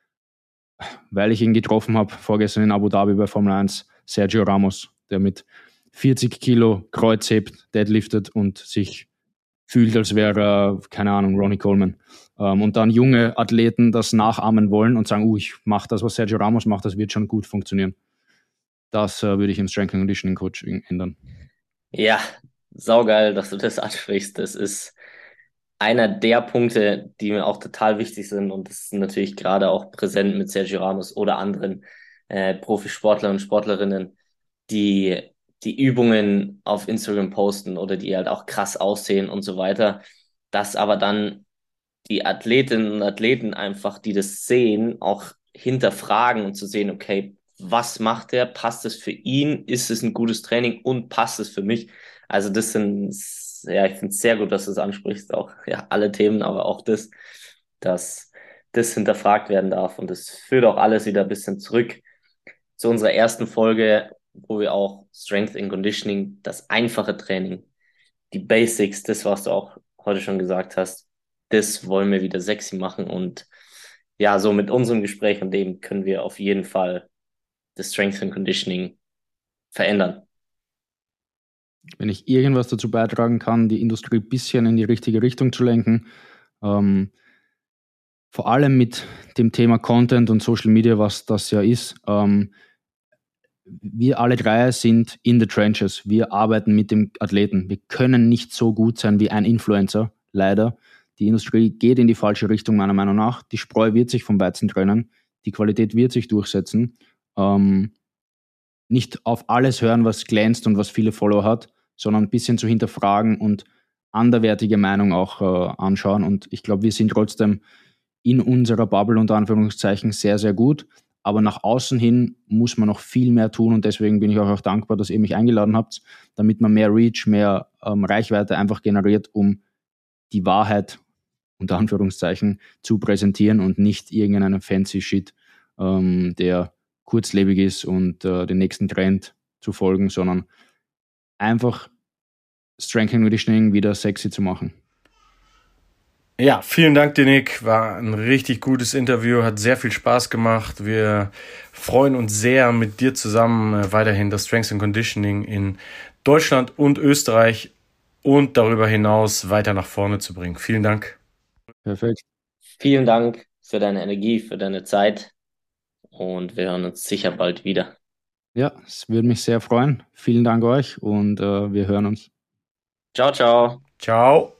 weil ich ihn getroffen habe, vorgestern in Abu Dhabi bei Formel eins, Sergio Ramos, der mit vierzig Kilo Kreuz hebt, deadliftet und sich fühlt, als wäre er, keine Ahnung, Ronnie Coleman. Ähm, und dann junge Athleten das nachahmen wollen und sagen, uh, ich mache das, was Sergio Ramos macht, das wird schon gut funktionieren. Das äh, würde ich im Strength and Conditioning Coaching ändern. Ja, saugeil, dass du das ansprichst. Das ist einer der Punkte, die mir auch total wichtig sind und das ist natürlich gerade auch präsent mit Sergio Ramos oder anderen äh, Profisportler und Sportlerinnen, die die Übungen auf Instagram posten oder die halt auch krass aussehen und so weiter, dass aber dann die Athletinnen und Athleten einfach, die das sehen, auch hinterfragen und zu sehen, okay, was macht er? Passt es für ihn? Ist es ein gutes Training und passt es für mich? Also das sind, ja, ich finde es sehr gut, dass du es ansprichst, auch ja, alle Themen, aber auch das, dass das hinterfragt werden darf und das führt auch alles wieder ein bisschen zurück zu unserer ersten Folge, wo wir auch Strength and Conditioning, das einfache Training, die Basics, das, was du auch heute schon gesagt hast, das wollen wir wieder sexy machen und ja, so mit unserem Gespräch und dem können wir auf jeden Fall das Strength and Conditioning verändern. Wenn ich irgendwas dazu beitragen kann, die Industrie ein bisschen in die richtige Richtung zu lenken, ähm, vor allem mit dem Thema Content und Social Media, was das ja ist, ähm, wir alle drei sind in the trenches. Wir arbeiten mit dem Athleten. Wir können nicht so gut sein wie ein Influencer, leider. Die Industrie geht in die falsche Richtung, meiner Meinung nach. Die Spreu wird sich vom Weizen trennen. Die Qualität wird sich durchsetzen. Ähm, nicht auf alles hören, was glänzt und was viele Follower hat, sondern ein bisschen zu hinterfragen und anderwertige Meinung auch äh, anschauen. Und ich glaube, wir sind trotzdem in unserer Bubble unter Anführungszeichen sehr, sehr gut. Aber nach außen hin muss man noch viel mehr tun und deswegen bin ich auch, auch dankbar, dass ihr mich eingeladen habt, damit man mehr Reach, mehr ähm, Reichweite einfach generiert, um die Wahrheit unter Anführungszeichen zu präsentieren und nicht irgendeinen fancy Shit, ähm, der kurzlebig ist und äh, den nächsten Trend zu folgen, sondern einfach Strength and Conditioning wieder sexy zu machen. Ja, vielen Dank, Denik. War ein richtig gutes Interview, hat sehr viel Spaß gemacht. Wir freuen uns sehr, mit dir zusammen weiterhin das Strength and Conditioning in Deutschland und Österreich und darüber hinaus weiter nach vorne zu bringen. Vielen Dank. Perfekt. Vielen Dank für deine Energie, für deine Zeit und wir hören uns sicher bald wieder. Ja, es würde mich sehr freuen. Vielen Dank euch und äh, wir hören uns. Ciao, ciao. Ciao.